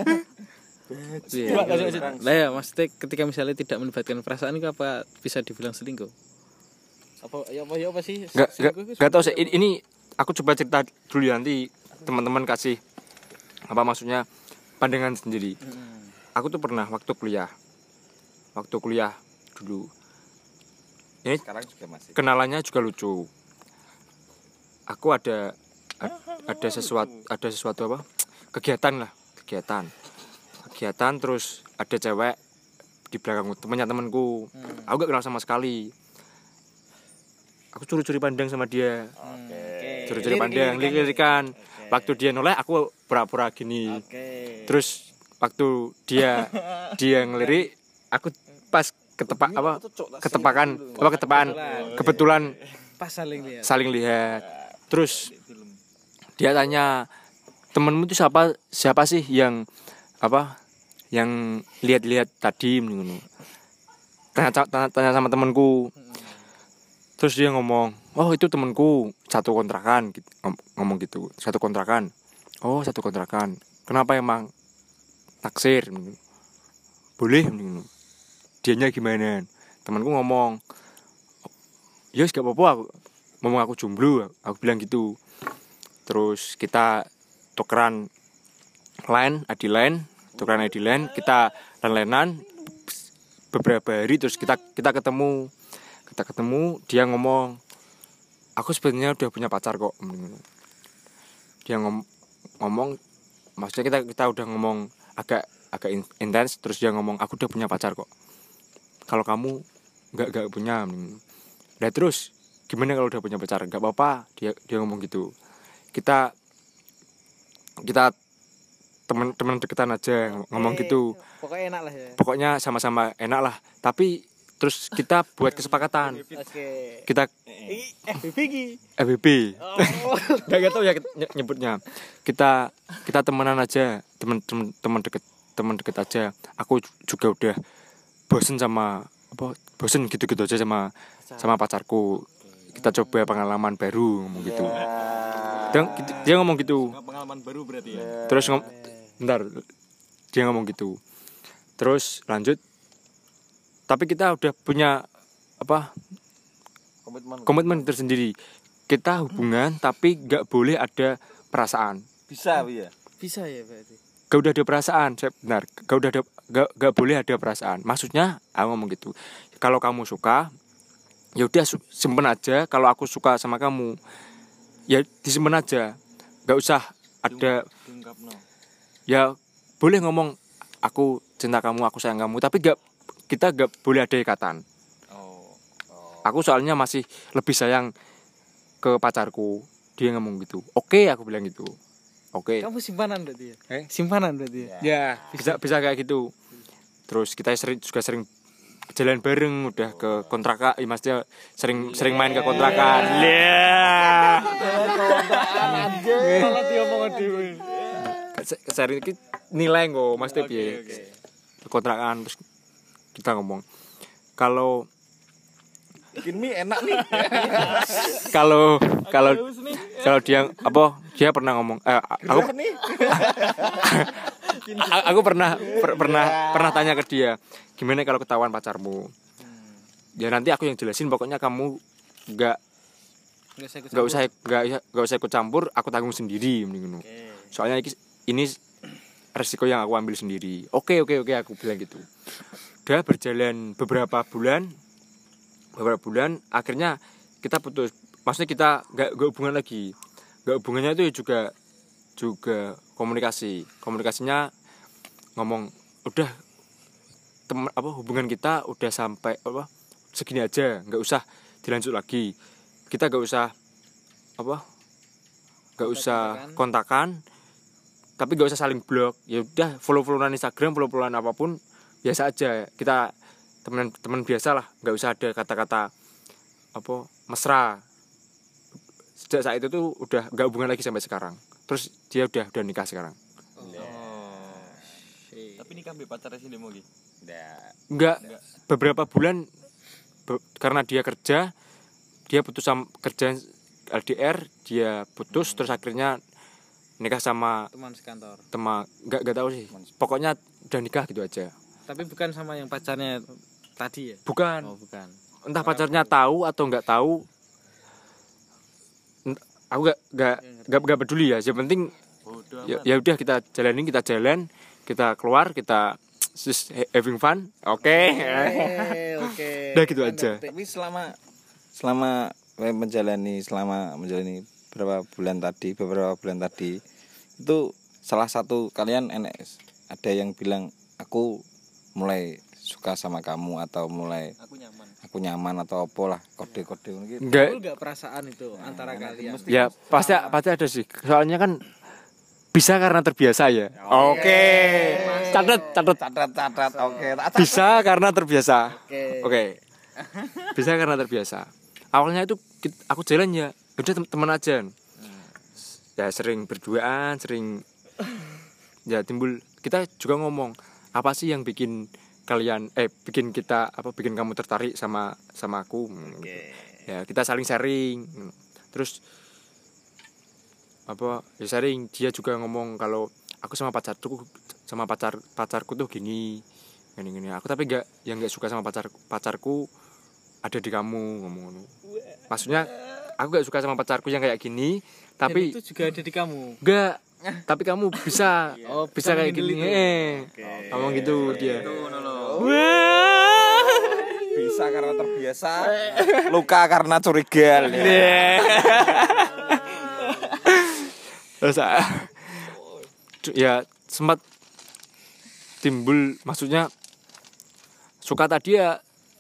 Iya. Lah ya, maksudnya ketika misalnya tidak melibatkan perasaan itu apa bisa dibilang selingkuh? Apa ya apa ya apa sih? nggak nggak Selingkuh itu nggak tahu sih sebenarnya ini, ini aku coba cerita dulu ya, nanti teman-teman kasih apa maksudnya pandangan sendiri. Aku tuh pernah waktu kuliah waktu kuliah dulu ini Sekarang juga masih. kenalannya juga lucu. Aku ada ada sesuatu ada sesuatu apa kegiatan lah kegiatan kegiatan terus ada cewek di belakangku temannya temanku. Aku gak kenal sama sekali. Aku curi-curi pandang sama dia. Oke. Curi-curi pandang, lirik-lirikan. Waktu dia noleh aku pura-pura gini. Oke. Terus waktu dia dia ngelirik aku pas ketepak apa ketepakan apa ketepaan kebetulan pas saling lihat. saling lihat. Terus dia tanya, temenmu itu siapa siapa sih yang apa yang lihat-lihat tadi ngono. Tanya, tanya, tanya sama temenku. Terus dia ngomong, oh itu temenku satu kontrakan gitu. Ngomong gitu, satu kontrakan. Oh satu kontrakan. Kenapa emang taksir? Boleh ngono. Dianya gimana? Temanku ngomong, ya gak apa-apa aku ngomong aku jomblo, aku bilang gitu. Terus kita tukeran line, adi line, tukeran adi line, kita len-lenan beberapa hari terus kita kita ketemu. Kita ketemu, dia ngomong, aku sebenarnya udah punya pacar kok. Dia ngom- ngomong, maksudnya kita kita udah ngomong agak agak intens, terus dia ngomong, aku udah punya pacar kok. Kalau kamu nggak nggak punya, nah terus gimana kalau udah punya pacar? Nggak apa-apa, dia dia ngomong gitu. Kita kita teman-teman deketan aja ngomong gitu. Pokoknya enak lah ya. Pokoknya sama-sama enak lah. Tapi terus kita buat kesepakatan. Oke. Kita F B B ki. F B B. Gak gak tau ya ny- nyebutnya. Kita kita temenan aja, temen-temen teman deket teman deket aja. Aku juga udah bosen sama apa bosen gitu-gitu aja sama sama pacarku. Kita coba pengalaman baru ngomong gitu. Dia, dia ngomong gitu. Pengalaman baru berarti ya. Terus ngom bentar. Dia ngomong gitu. Terus lanjut. Tapi kita udah punya apa? Komitmen. Komitmen tersendiri. Kita hubungan tapi gak boleh ada perasaan. Bisa ya. Bisa ya berarti. Gak udah ada perasaan, saya benar. Gak udah ada, gak, gak boleh ada perasaan. Maksudnya, aku ngomong gitu. Kalau kamu suka, ya udah simpen aja. Kalau aku suka sama kamu, ya disimpen aja. Gak usah ada. Ya boleh ngomong, aku cinta kamu, aku sayang kamu. Tapi gak, kita gak boleh ada ikatan. Aku soalnya masih lebih sayang ke pacarku. Dia ngomong gitu. Oke, aku bilang gitu. Oke. Kamu simpanan berarti ya? Eh? Simpanan berarti ya? Ya, bisa bisa kayak gitu. Terus kita sering juga sering jalan bareng udah ke kontrakan, ya maksudnya sering sering main ke kontrakan. Iya. Kontrakan aja. Kalau diomong dhewe. Sering iki nilai kok, maksudnya piye? Kontrakan terus kita ngomong. Kalau Bikin mie enak nih. kalau kalau kalau dia apa dia pernah ngomong eh, aku aku pernah per, pernah pernah tanya ke dia gimana kalau ketahuan pacarmu ya nanti aku yang jelasin pokoknya kamu nggak nggak usah nggak nggak usah ikut campur aku tanggung sendiri mending soalnya ini, ini resiko yang aku ambil sendiri. Oke oke oke aku bilang gitu. Udah berjalan beberapa bulan beberapa bulan akhirnya kita putus, maksudnya kita nggak nggak hubungan lagi. Nggak hubungannya itu juga juga komunikasi komunikasinya ngomong udah temen apa hubungan kita udah sampai apa segini aja, nggak usah dilanjut lagi, kita nggak usah apa nggak usah kontakan, tapi nggak usah saling blok, ya udah follow followan Instagram, follow followan apapun biasa aja, kita teman teman biasa lah, nggak usah ada kata-kata apa mesra. Sejak saat itu tuh udah nggak hubungan lagi sampai sekarang. Terus dia udah udah nikah sekarang. Tapi nikah be pacarnya sih demo gitu. Enggak, beberapa bulan be- karena dia kerja, dia putus sama kerja L D R, dia putus terus akhirnya nikah sama Teman sekantor. teman, enggak enggak tahu sih. Pokoknya udah nikah gitu aja. Tapi bukan sama yang pacarnya tadi ya? Bukan. Oh, bukan. Entah pacarnya tahu atau enggak tahu. Ent- Aku enggak enggak enggak enggak peduli ya. Yang penting ya, ya udah kita jalanin, kita jalan, kita keluar, kita just having fun. Oke. Oke. Udah gitu aja. Tapi selama selama menjalani selama menjalani beberapa bulan tadi, beberapa bulan tadi itu salah satu kalian N S ada yang bilang aku mulai suka sama kamu atau mulai Aku nyaman. aku nyaman atau apalah kode-kode gitu. Enggak. Betul enggak perasaan itu antara kalian? Ya pasti pasti ada sih. Soalnya kan bisa karena terbiasa ya. Oke. Catat catat. Catat catat oke. Bisa karena terbiasa. Oke. Oke. Bisa karena terbiasa. Awalnya itu kit- aku jalan ya, udah tem- teman aja. Ya sering berduaan, sering ya timbul kita juga ngomong, apa sih yang bikin kalian eh bikin kita apa bikin kamu tertarik sama sama aku. Ya kita saling sharing. Terus apa ya sharing, dia juga ngomong kalau aku sama pacarku sama pacar pacarku tuh gini gini gini aku tapi enggak yang enggak suka sama pacar pacarku ada di kamu, ngomong ngomong maksudnya aku enggak suka sama pacarku yang kayak gini tapi Dan itu juga ada di kamu. enggak tapi kamu bisa Oh, bisa kayak menghandle gini itu. eh ngomong gitu dia. Bisa karena terbiasa, luka karena curiga. Terus ah, ya sempat timbul maksudnya suka tadi ya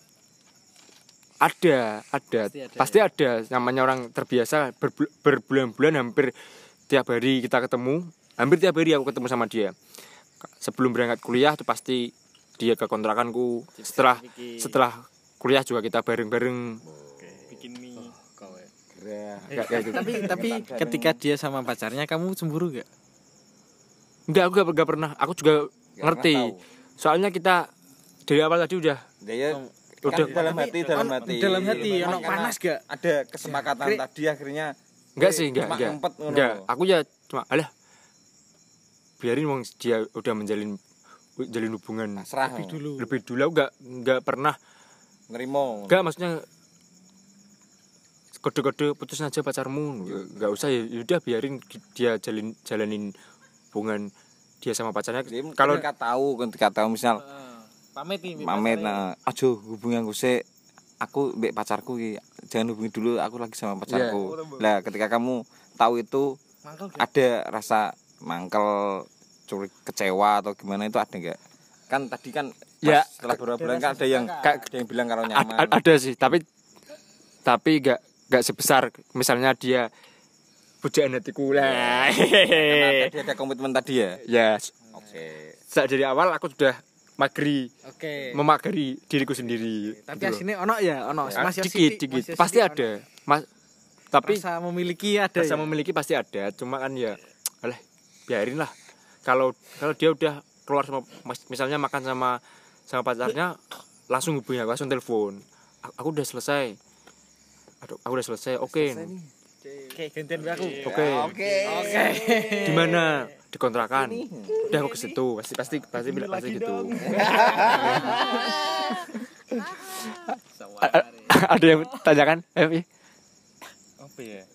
ada ada Pasti ada, pasti ada namanya orang terbiasa berbul- berbulan-bulan hampir tiap hari kita ketemu, hampir tiap hari aku ketemu sama dia. Sebelum berangkat kuliah tuh pasti dia ke kontrakanku, setelah setelah kuliah juga kita bareng-bareng. Bikin mie. Kayak- kayak gitu. Tapi tapi ketika dia sama pacarnya kamu cemburu gak? Enggak, aku gak, gak pernah. Aku juga Gak ngerti. pernah Soalnya kita dari awal tadi udah Dia udah kan dalam hati dalam hati. Dalam hati, Kan ono karena panas gak? Ada kesepakatan tadi akhirnya enggak sih, enggak, cuma enggak. empet ngono. Enggak, aku ya cuma alah biarin wong dia udah menjalin jalin hubungan pasrah Lebih dulu. lebih dulu. Aku enggak enggak pernah nerimo. enggak maksudnya kode-kode putus aja pacarmu, enggak usah ya udah biarin dia jalin jalanin hubungan dia sama pacarnya. Kalau Kalau ketika tahu ketika tahu misal Pamit nih. pamit nah ajo hubungan gue sih aku mbek pacarku ki jangan hubungi dulu aku lagi sama pacarku. Lah ketika kamu tahu itu Mangkel gak? ada rasa mangkel curik kecewa atau gimana itu ada enggak? Kan tadi kan pas Ya, setelah beberapa bulan kan ada yang kayak- ada yang bilang kalau A- nyaman. a- ada sih, tapi tapi gak gak sebesar misalnya dia pujaan hatiku lah. Karena tadi ada komitmen tadi ya. Ya, Oke. sejak dari awal aku sudah magri, Oke. memagari diriku sendiri. Tapi gitu loh. aslinya ono ya, ono. Ah, Masih dikit, sithik, dikit. masih Pasti sithik ada. Mas, tapi Rasa memiliki ada. rasa ya? memiliki pasti ada. Cuma kan ya, alah, biarin lah. Kalau kalau dia udah keluar sama, mas- misalnya makan sama sama pacarnya, langsung hubungi aku, langsung telepon. A- Aku udah selesai. Aduh, aku udah selesai. Oke. Oke, gantian be aku. Oke. Oke. Oke. Di mana? Di kontrakan. Udah aku ke situ. Pasti pasti pasti bilang pasti gitu. A- a- Ada yang tanyakan? Eh, iya. Apa ya?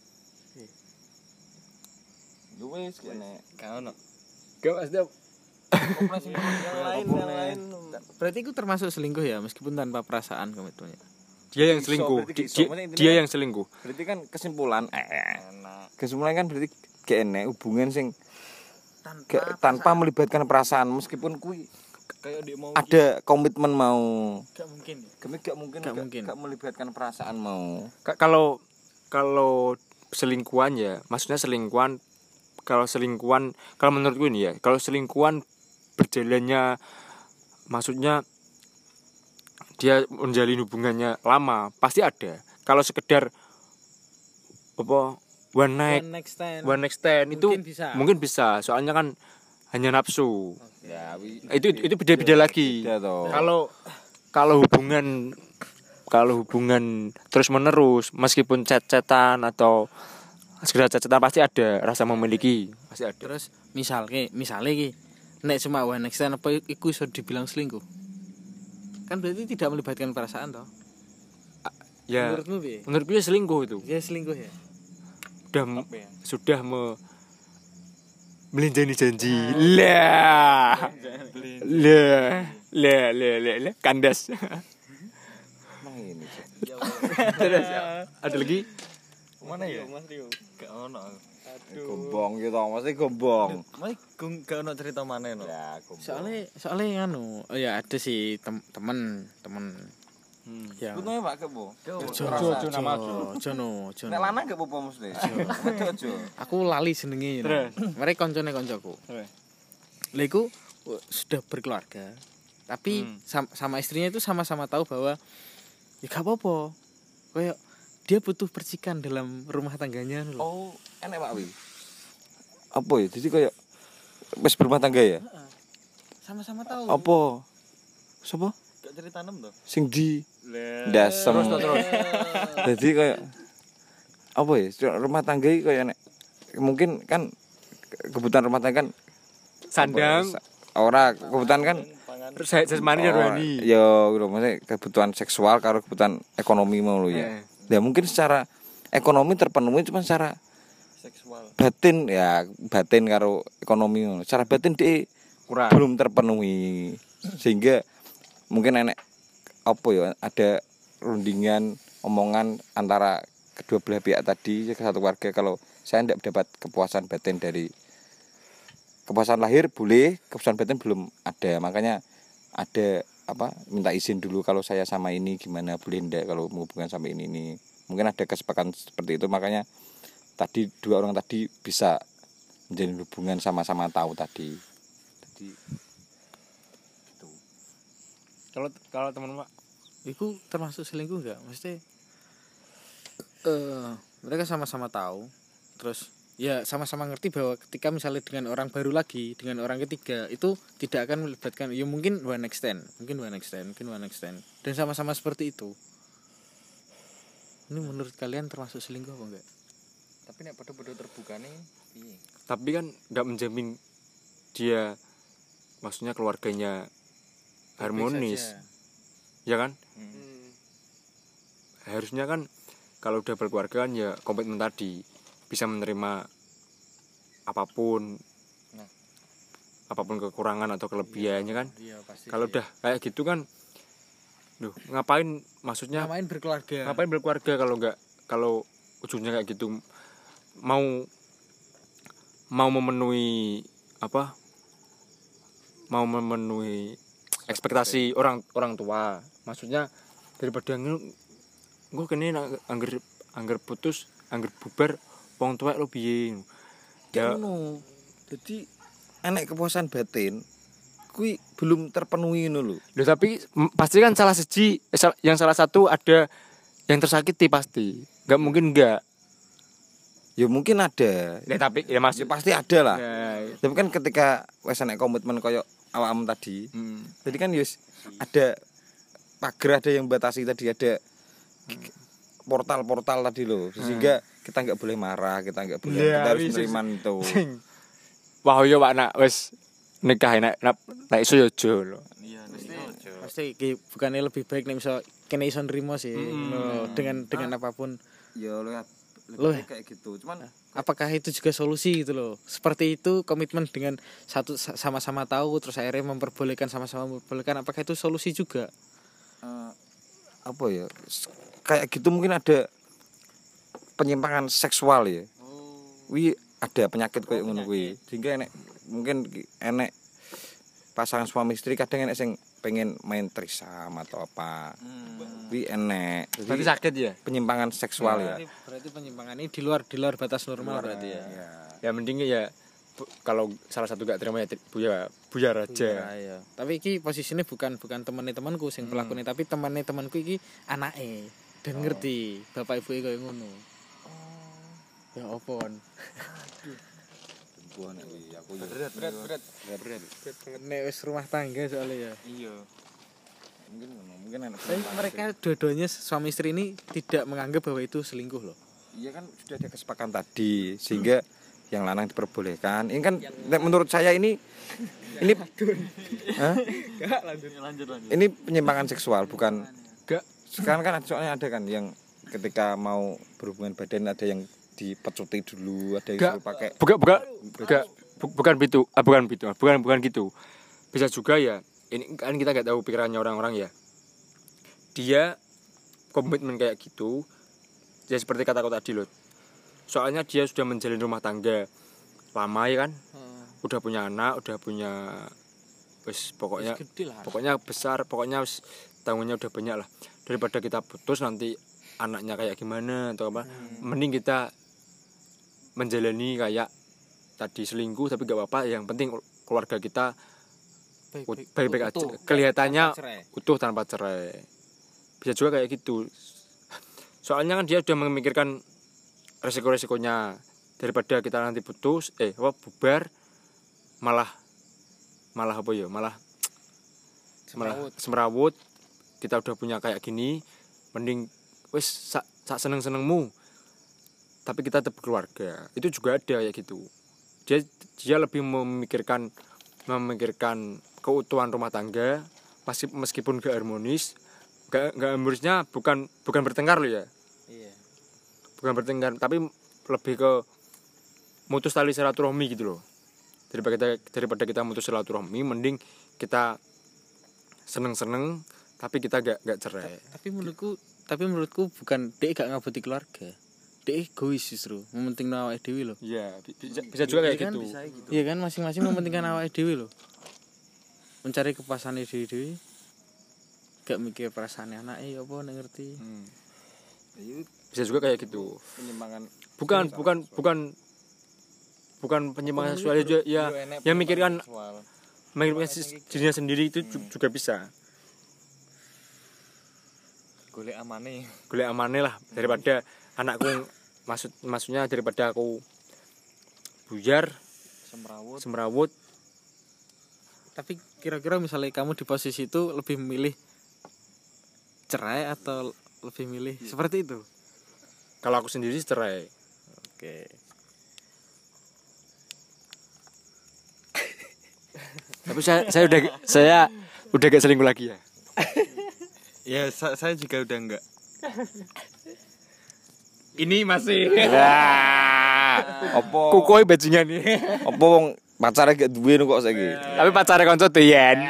Wes kene. Kau no. Gak pasti. Yang lain, yang lain. Berarti itu termasuk selingkuh ya, meskipun tanpa perasaan komitmennya. Dia yang Iso, selingkuh. berarti Di- iso. Dia, Maksudnya intinya- dia yang selingkuh. Berarti kan kesimpulan eh Enak. kesimpulan kan berarti gak enek hubungan sing Tanpa gak, tanpa melibatkan perasaan meskipun kui kayak dia mau ada komitmen mau. gak mungkin. Kami gak mungkin Gak gak, mungkin. gak melibatkan perasaan mau. Ka- kalau kalau selingkuhan ya, maksudnya selingkuhan kalau selingkuhan kalau menurutku ini ya, kalau selingkuhan berjalannya maksudnya dia menjalin hubungannya lama, pasti ada. Kalau sekedar apa one night One next time. one night stand itu Mungkin bisa. mungkin bisa, soalnya kan hanya nafsu. Ya, wi- Itu itu beda-beda lagi. beda toh. Kalau kalau hubungan kalau hubungan terus menerus meskipun chat-chatan atau sekedar chat-chatan pasti ada rasa memiliki, pasti ada. Terus misal ki, misale ki nek cuma one next time apa iku iso dibilang selingkuh? Kan berarti tidak melibatkan perasaan toh. Ya Menurutmu piye? menurutku ya selingkuh itu. Ya selingkuh ya. Sudah sudah me, melinjani janji. Lah. Lah. Lah, lah, lah, lah, kandas. Emang ini sih. Terus ada lagi? Mana ya Mas Rio? Gak ono. Gombong gitu, mesti gombong. Mas gung gak ono cerita mana no? Ya, gombong. Soalnya soalnya anu, oh ya ada sih tem, temen temen. Ya. Sebutnya Pak Kebo. Ojo ojo nama ojo. Ojo no, ojo. Nek lanang gak apa-apa mesti. Ojo ojo. Aku lali jenenge. Terus? Mereka koncone koncoku. Terus? Lah iku uh, sudah berkeluarga. Tapi Hmm. sama, sama istrinya itu sama-sama tahu bahwa ya gak apa-apa. Kayak dia butuh percikan dalam rumah tangganya loh. Oh, enak Pak Wi. Apa ya? Jadi kayak wis berumah tangga ya? Sama-sama tahu. Apa? Siapa? Gak cerita nem tuh. Sing di dasem. Terus terus. Jadi kayak apa ya? Rumah tangga iki kayak nek mungkin kan kebutuhan rumah tangga kan Sandang, ora kebutuhan kan saya jasmani dan rohani. ya gitu maksudnya kebutuhan seksual karo kebutuhan ekonomi mau lo ya. Eh. Ya mungkin secara ekonomi terpenuhi cuma secara Seksual. batin ya batin karo ekonomi ngono. Secara batin dia Kurang. belum terpenuhi sehingga mungkin enek apa ya ada rundingan omongan antara kedua belah pihak tadi ke satu keluarga kalau saya tidak mendapat kepuasan batin dari kepuasan lahir boleh kepuasan batin belum ada makanya ada apa minta izin dulu kalau saya sama ini gimana boleh ndak kalau menghubungkan sampai ini ini mungkin ada kesepakatan seperti itu makanya tadi dua orang tadi bisa menjalin hubungan sama-sama tahu tadi jadi Kalau kalau teman Pak, Iku termasuk selingkuh enggak? Maksudnya eh mereka sama-sama tahu. Terus ya sama-sama ngerti bahwa ketika misalnya dengan orang baru lagi, dengan orang ketiga itu tidak akan melibatkan ya mungkin one next stand, mungkin one next stand, mungkin one next stand dan sama-sama seperti itu. Ini menurut kalian termasuk selingkuh apa enggak? Tapi nek padha-padha terbuka nih piye? tapi kan nggak menjamin dia maksudnya keluarganya harmonis, ya kan? Hmm. Harusnya kan kalau udah berkeluarga kan ya komitmen tadi bisa menerima apapun, Nah. apapun kekurangan atau kelebihannya kan. Iya pasti. Kalau udah kayak gitu kan, duh ngapain maksudnya ngapain berkeluarga? ngapain berkeluarga kalau nggak kalau ujungnya kayak gitu mau mau memenuhi apa mau memenuhi ekspektasi orang orang tua maksudnya daripada gue kene angger angger putus angger bubar wong tua lo piye ya ya ngono jadi enek kepuasan batin kui belum terpenuhi ngono lho loh, tapi m- pasti kan salah siji eh, sal- yang salah satu ada yang tersakiti pasti nggak mungkin nggak ya mungkin ada ya tapi ya ya masih pasti ada lah ya, tapi kan ketika wes enek komitmen koyo awakmu tadi hmm. jadi kan yus ada pagar ada yang batasi tadi ada portal-portal tadi loh sehingga kita nggak boleh marah kita nggak boleh Ya, kita harus wis, menerima itu wah yo pak nak wes nikah nak nak nak iso yo jo lho. Iya, Pasti ki bukannya lebih baik nih misal kene iso nrimo sih Mm. no, dengan dengan apapun. ya lo Loh, lebih kayak gitu cuman Apakah itu juga solusi gitu loh? Seperti itu komitmen dengan satu sa- sama-sama tahu terus akhirnya memperbolehkan sama-sama memperbolehkan apakah itu solusi juga? eh, apa ya s- kayak gitu mungkin ada penyimpangan seksual ya wi ada penyakit kayak ngono kuwi sehingga enek mungkin ki- enek pasangan suami istri kadang enek sing pengen main trisam atau apa. Kuwi enek. Berarti sakit ya? Penyimpangan seksual ya. Berarti, berarti penyimpangan ini di luar di luar batas normal berarti ya. Ya mending ya bu- kalau salah satu gak terima ya tri- buya buya raja. Iya. Tapi iki posisinya bukan bukan temennya temanku sing pelakune tapi temannya temanku iki anake dan ngerti bapak ibu koyo ngono. Ya opon. Berat berat berat. Berat. Nek wis rumah tangga soalnya ya. Iya. Mungkin mungkin enak. Tapi mereka dua-duanya suami istri ini tidak menganggap bahwa itu selingkuh loh. Iya kan sudah ada kesepakatan tadi sehingga yang lanang diperbolehkan. Ini kan menurut saya ini ini Hah? Enggak, lanjut lanjut lanjut. Ini penyimpangan seksual bukan Gak. sekarang kan soalnya ada kan yang ketika mau berhubungan badan ada yang dipecuti dulu, ada yang Gak. suruh pakai Bukan bukan bukan bukan itu, ah, bukan itu, bukan bukan gitu. Bisa juga ya. Ini kan kita nggak tahu pikirannya orang-orang ya. Dia komitmen kayak gitu. Ya seperti kata-kata tadi loh. Soalnya dia sudah menjalin rumah tangga lama ya kan. Udah punya anak, udah punya wis pokoknya Gede lah. pokoknya besar, pokoknya wis tanggungannya udah banyak lah. Daripada kita putus nanti anaknya kayak gimana atau apa. Mending kita menjalani kayak tadi selingkuh tapi gak apa-apa, yang penting keluarga kita ut- baik-baik aja, kelihatannya utuh tanpa cerai. Bisa juga kayak gitu. Soalnya kan dia udah memikirkan resiko-resikonya, daripada kita nanti putus eh apa bubar malah malah apa ya malah malah semerawut. Kita udah punya kayak gini, mending wis sak, sak seneng-senengmu tapi kita tetap keluarga. Itu juga ada kayak gitu. Dia dia lebih memikirkan memikirkan keutuhan rumah tangga masih meskipun gak harmonis. Gak, gak harmonisnya bukan bukan bertengkar loh ya. Iya. Bukan bertengkar tapi lebih ke mutus tali silaturahmi gitu loh. Daripada kita daripada kita mutus silaturahmi mending kita seneng-seneng tapi kita gak gak cerai. Tapi menurutku tapi menurutku bukan dia gak ngabuti keluarga. Dia egois justru, mementingkan awake dhewe lho. Iya, bisa, bisa juga kayak Iya kan? gitu. Iya kan masing-masing mementingkan awake dhewe lho. Mencari kepuasan dhewe-dhewe. Gak mikir perasaan anaknya apa nek ngerti. Hmm. Bisa juga kayak gitu. penyimpangan Bukan bukan bukan bukan penyimpangan seksual juga ya. Yang mikirkan mikirkan si- dirinya sendiri itu ju- juga bisa. Golek amane. Golek amane lah daripada anakku maksud maksudnya daripada aku buyar Semrawut. semrawut. Tapi kira-kira misalnya kamu di posisi itu lebih memilih cerai atau lebih milih seperti itu? Kalau aku sendiri cerai. Oke. Tapi saya saya udah saya udah gak selingkuh lagi ya. Ya sa- saya juga udah enggak. Ini masih opo Kukoi bajingan nih. opo wong pacare gak duwe kok saiki. Tapi pacarnya konco doyan.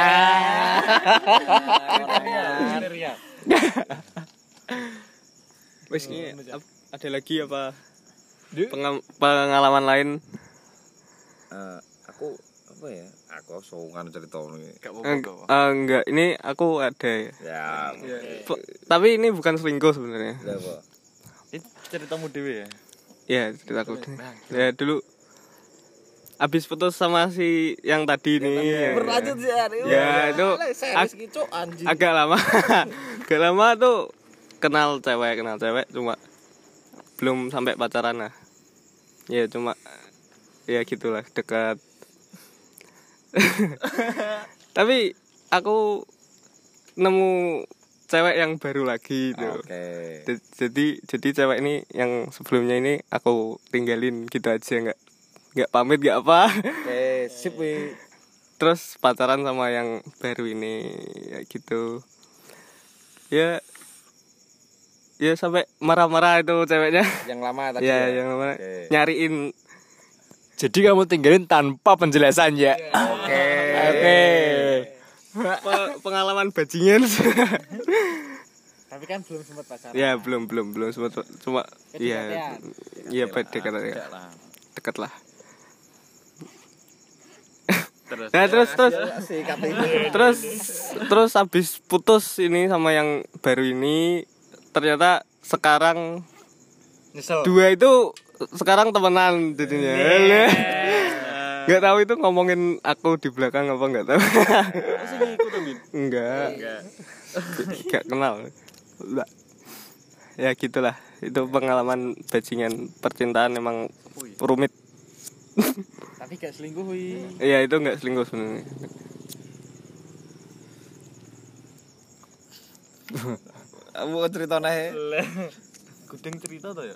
Wes ini ap- ada lagi apa? Pengam- pengalaman lain? Eh, aku apa ya? Aku sowan cerita ini. Eng- eh, enggak, ini aku ada ya. Ya. Pe- tapi ini bukan selingkuh sebenarnya. Lah apa? Itu ceritamu dhewe ya. Ya, ceritaku. Ya dulu habis putus sama si yang tadi nih. Berlanjut sih hari. Ya, itu ag- agak lama. Agak lama tuh kenal cewek, kenal cewek cuma belum sampai pacaran lah. Ya cuma ya gitulah dekat. Tapi aku nemu cewek yang baru lagi itu. Oke. D- Jadi jadi cewek ini yang sebelumnya ini aku tinggalin gitu aja, nggak nggak pamit nggak apa. Oke, sip wi. Terus pacaran sama yang baru ini ya gitu. Ya ya sampai marah-marah itu ceweknya. Yang lama tadi. Ya, Ya, yang mana Oke. nyariin. Jadi kamu tinggalin tanpa penjelasan ya. Oke. Oke. Pe- pengalaman bajingan. Tapi kan belum sempat pacaran. Ya belum belum belum sempat cuma iya iya dekat ya. Dekat lah. terus. Nah, terus terus sikat terus terus habis putus ini sama yang baru ini ternyata sekarang Nyesel. dua itu sekarang temenan jadinya. Nggak tahu itu ngomongin aku di belakang apa nggak tahu. Enggak. Enggak kenal. Enggak. Ya gitulah. Itu pengalaman bajingan percintaan emang rumit. Tapi gak selingkuh wi. Iya, itu enggak selingkuh sebenarnya. Aku cerita nae. Gudeng cerita to ya.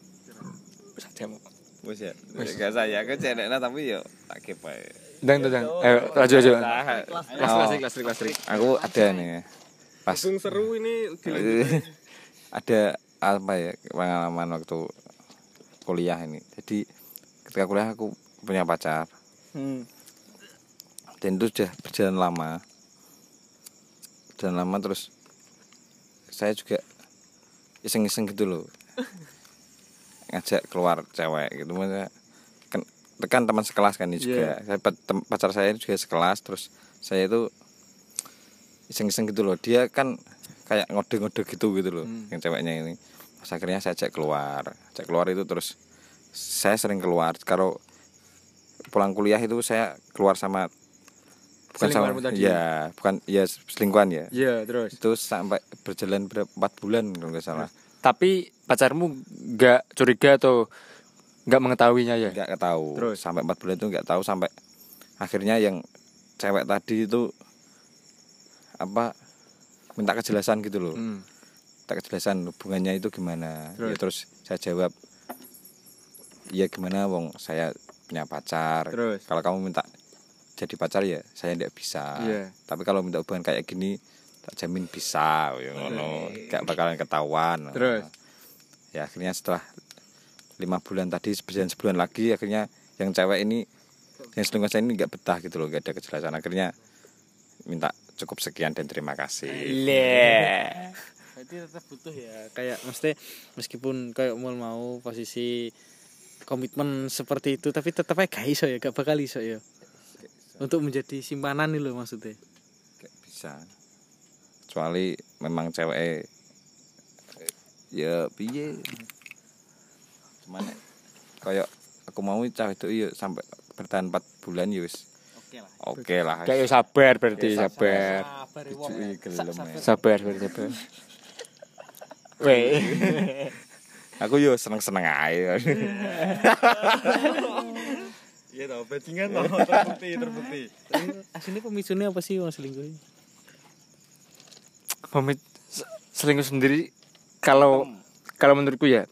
Saja mau. Wis ya. Gak saya aku cedekna tapi yo tak keep ae. Dang tuh dang. Eh, lanjut aja. Kelas Kelas kelas kelas kelas. Aku ada nih. Pas Langsung seru ini dilanjutin. ada apa ya pengalaman waktu kuliah ini. Jadi ketika kuliah aku punya pacar. Hmm. Dan itu sudah berjalan lama. Berjalan lama terus saya juga iseng-iseng gitu loh. Ngajak keluar cewek gitu maksudnya kan, kan teman sekelas kan ini juga. Yeah. Saya tem, pacar saya ini juga sekelas terus saya itu iseng-iseng gitu loh. Dia kan kayak ngode-ngode gitu gitu loh hmm. yang ceweknya ini. Pas akhirnya saya ajak keluar. Ajak keluar itu terus saya sering keluar. Kalau pulang kuliah itu saya keluar sama bukan sama tadi. Ya, bukan ya selingkuhan ya. Iya, terus. Itu sampai berjalan berapa empat bulan kalau enggak salah. Tapi pacarmu enggak curiga atau enggak mengetahuinya ya? Enggak tahu. Terus sampai empat bulan itu enggak tahu sampai akhirnya yang cewek tadi itu apa minta kejelasan gitu loh. Hmm. Minta kejelasan hubungannya itu gimana. Terus, ya, terus saya jawab iya gimana wong saya punya pacar. Terus kalau kamu minta jadi pacar ya saya tidak bisa. Yeah. Tapi kalau minta hubungan kayak gini tak jamin bisa ya ngono. Gak bakalan ketahuan. Terus ya akhirnya setelah lima bulan tadi berjalan sebulan lagi akhirnya yang cewek ini yang selingkuh saya ini enggak betah gitu loh, enggak ada kejelasan. Akhirnya minta cukup sekian dan terima kasih. Le. Berarti tetap butuh ya. Kayak mesti meskipun kayak mau mau posisi komitmen seperti itu tapi tetap aja gak iso ya, gak bakal iso ya. Untuk menjadi simpanan nih loh maksudnya. Gak bisa. Kecuali memang cewek ya piye. Cuman kayak aku mau cewek itu iya sampai bertahan empat bulan ya wis. Oke lah. Oke lah. Kayak sabar berarti ya, sabar. Sabar, sabar, sabar berarti sabar. Weh. Aku yo seneng-seneng ae. Iya tau, bajingan tau, terbukti, terbukti. Aslinya pemicunya apa sih orang selingkuh? Pemit selingkuh sendiri kalau kalau menurutku ya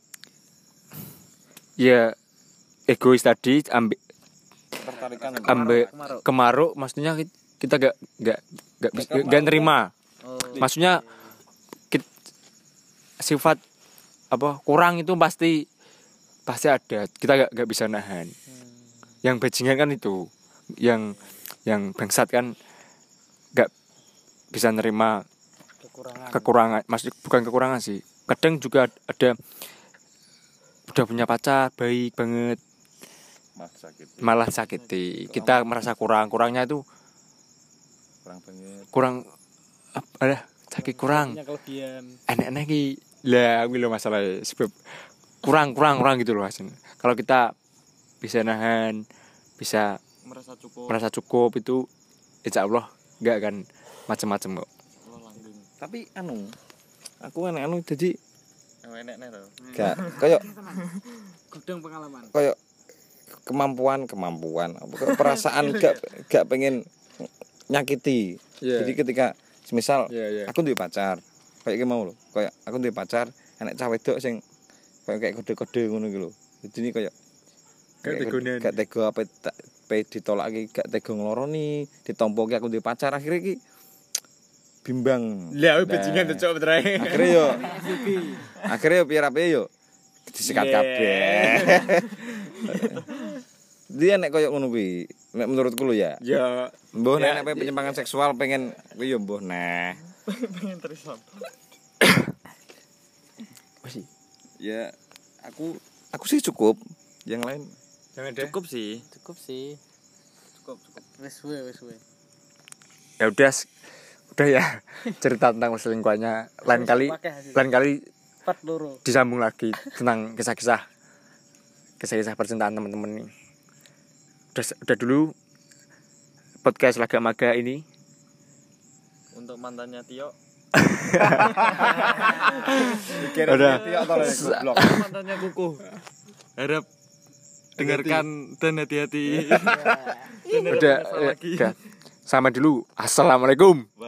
ya egois tadi ambil tertarikan ambil kemaruk maksudnya kita gak gak gak gak, gak nerima. Oh. Maksudnya kita, sifat apa kurang itu pasti pasti ada. Kita gak gak bisa nahan. Hmm. Yang bajingan kan itu, yang yang bangsat kan gak bisa nerima kekurangan. Kekurangan, maksud bukan kekurangan sih. Kadang juga ada udah punya pacar baik banget malah sakiti. Malah sakiti. Kita merasa kurang, kurangnya itu kurang banget. Kurang ada sakit kurang. Enak-enak iki. Lah, aku lho masalah sebab kurang kurang kurang gitu loh hasilnya. Kalau kita bisa nahan, bisa merasa cukup. Merasa cukup itu insya Allah enggak akan macam-macam kok. Tapi anu, aku enak anu jadi enak-enak to. Enggak, kayak gudang pengalaman. Kayak kemampuan kemampuan perasaan gak gak pengen nyakiti. Yeah. Jadi ketika semisal yeah, yeah. aku duwe pacar, kayak mau lho, kayak aku duwe pacar, enek cah wedok sing kayak kode-kode ngono iki lho. Jadi ini kayak gak tegonan. Gak tego apa tak pe ditolak iki, gak tego ngloroni, ditompoki aku duwe pacar akhirnya iki bimbang. Lah bajingan tuh cok betre. Akhirnya yo. Akhirnya yo piye-piye yo disikat kabeh. Dia nek koyo ngono kuwi, nek menurutku lho ya. Ya, mbuh nek nek penyimpangan seksual pengen kuwi yo mbuh neh. Pengen terusan. Masih. Ya, aku aku sih cukup. Yang lain jangan deh. Cukup sih. Cukup sih. Cukup cukup cukup wis suwe wis suwe Ya udah udah ya cerita tentang perselingkuhannya lain kali lain kali part loro disambung lagi tentang kisah-kisah kisah-kisah percintaan teman-teman nih. Udah udah dulu podcast Laga Maga ini. Untuk mantannya Tio. Udah. Mantannya Kuku. Harap dengarkan dan hati-hati. Udah, udah. Sama dulu. Assalamualaikum.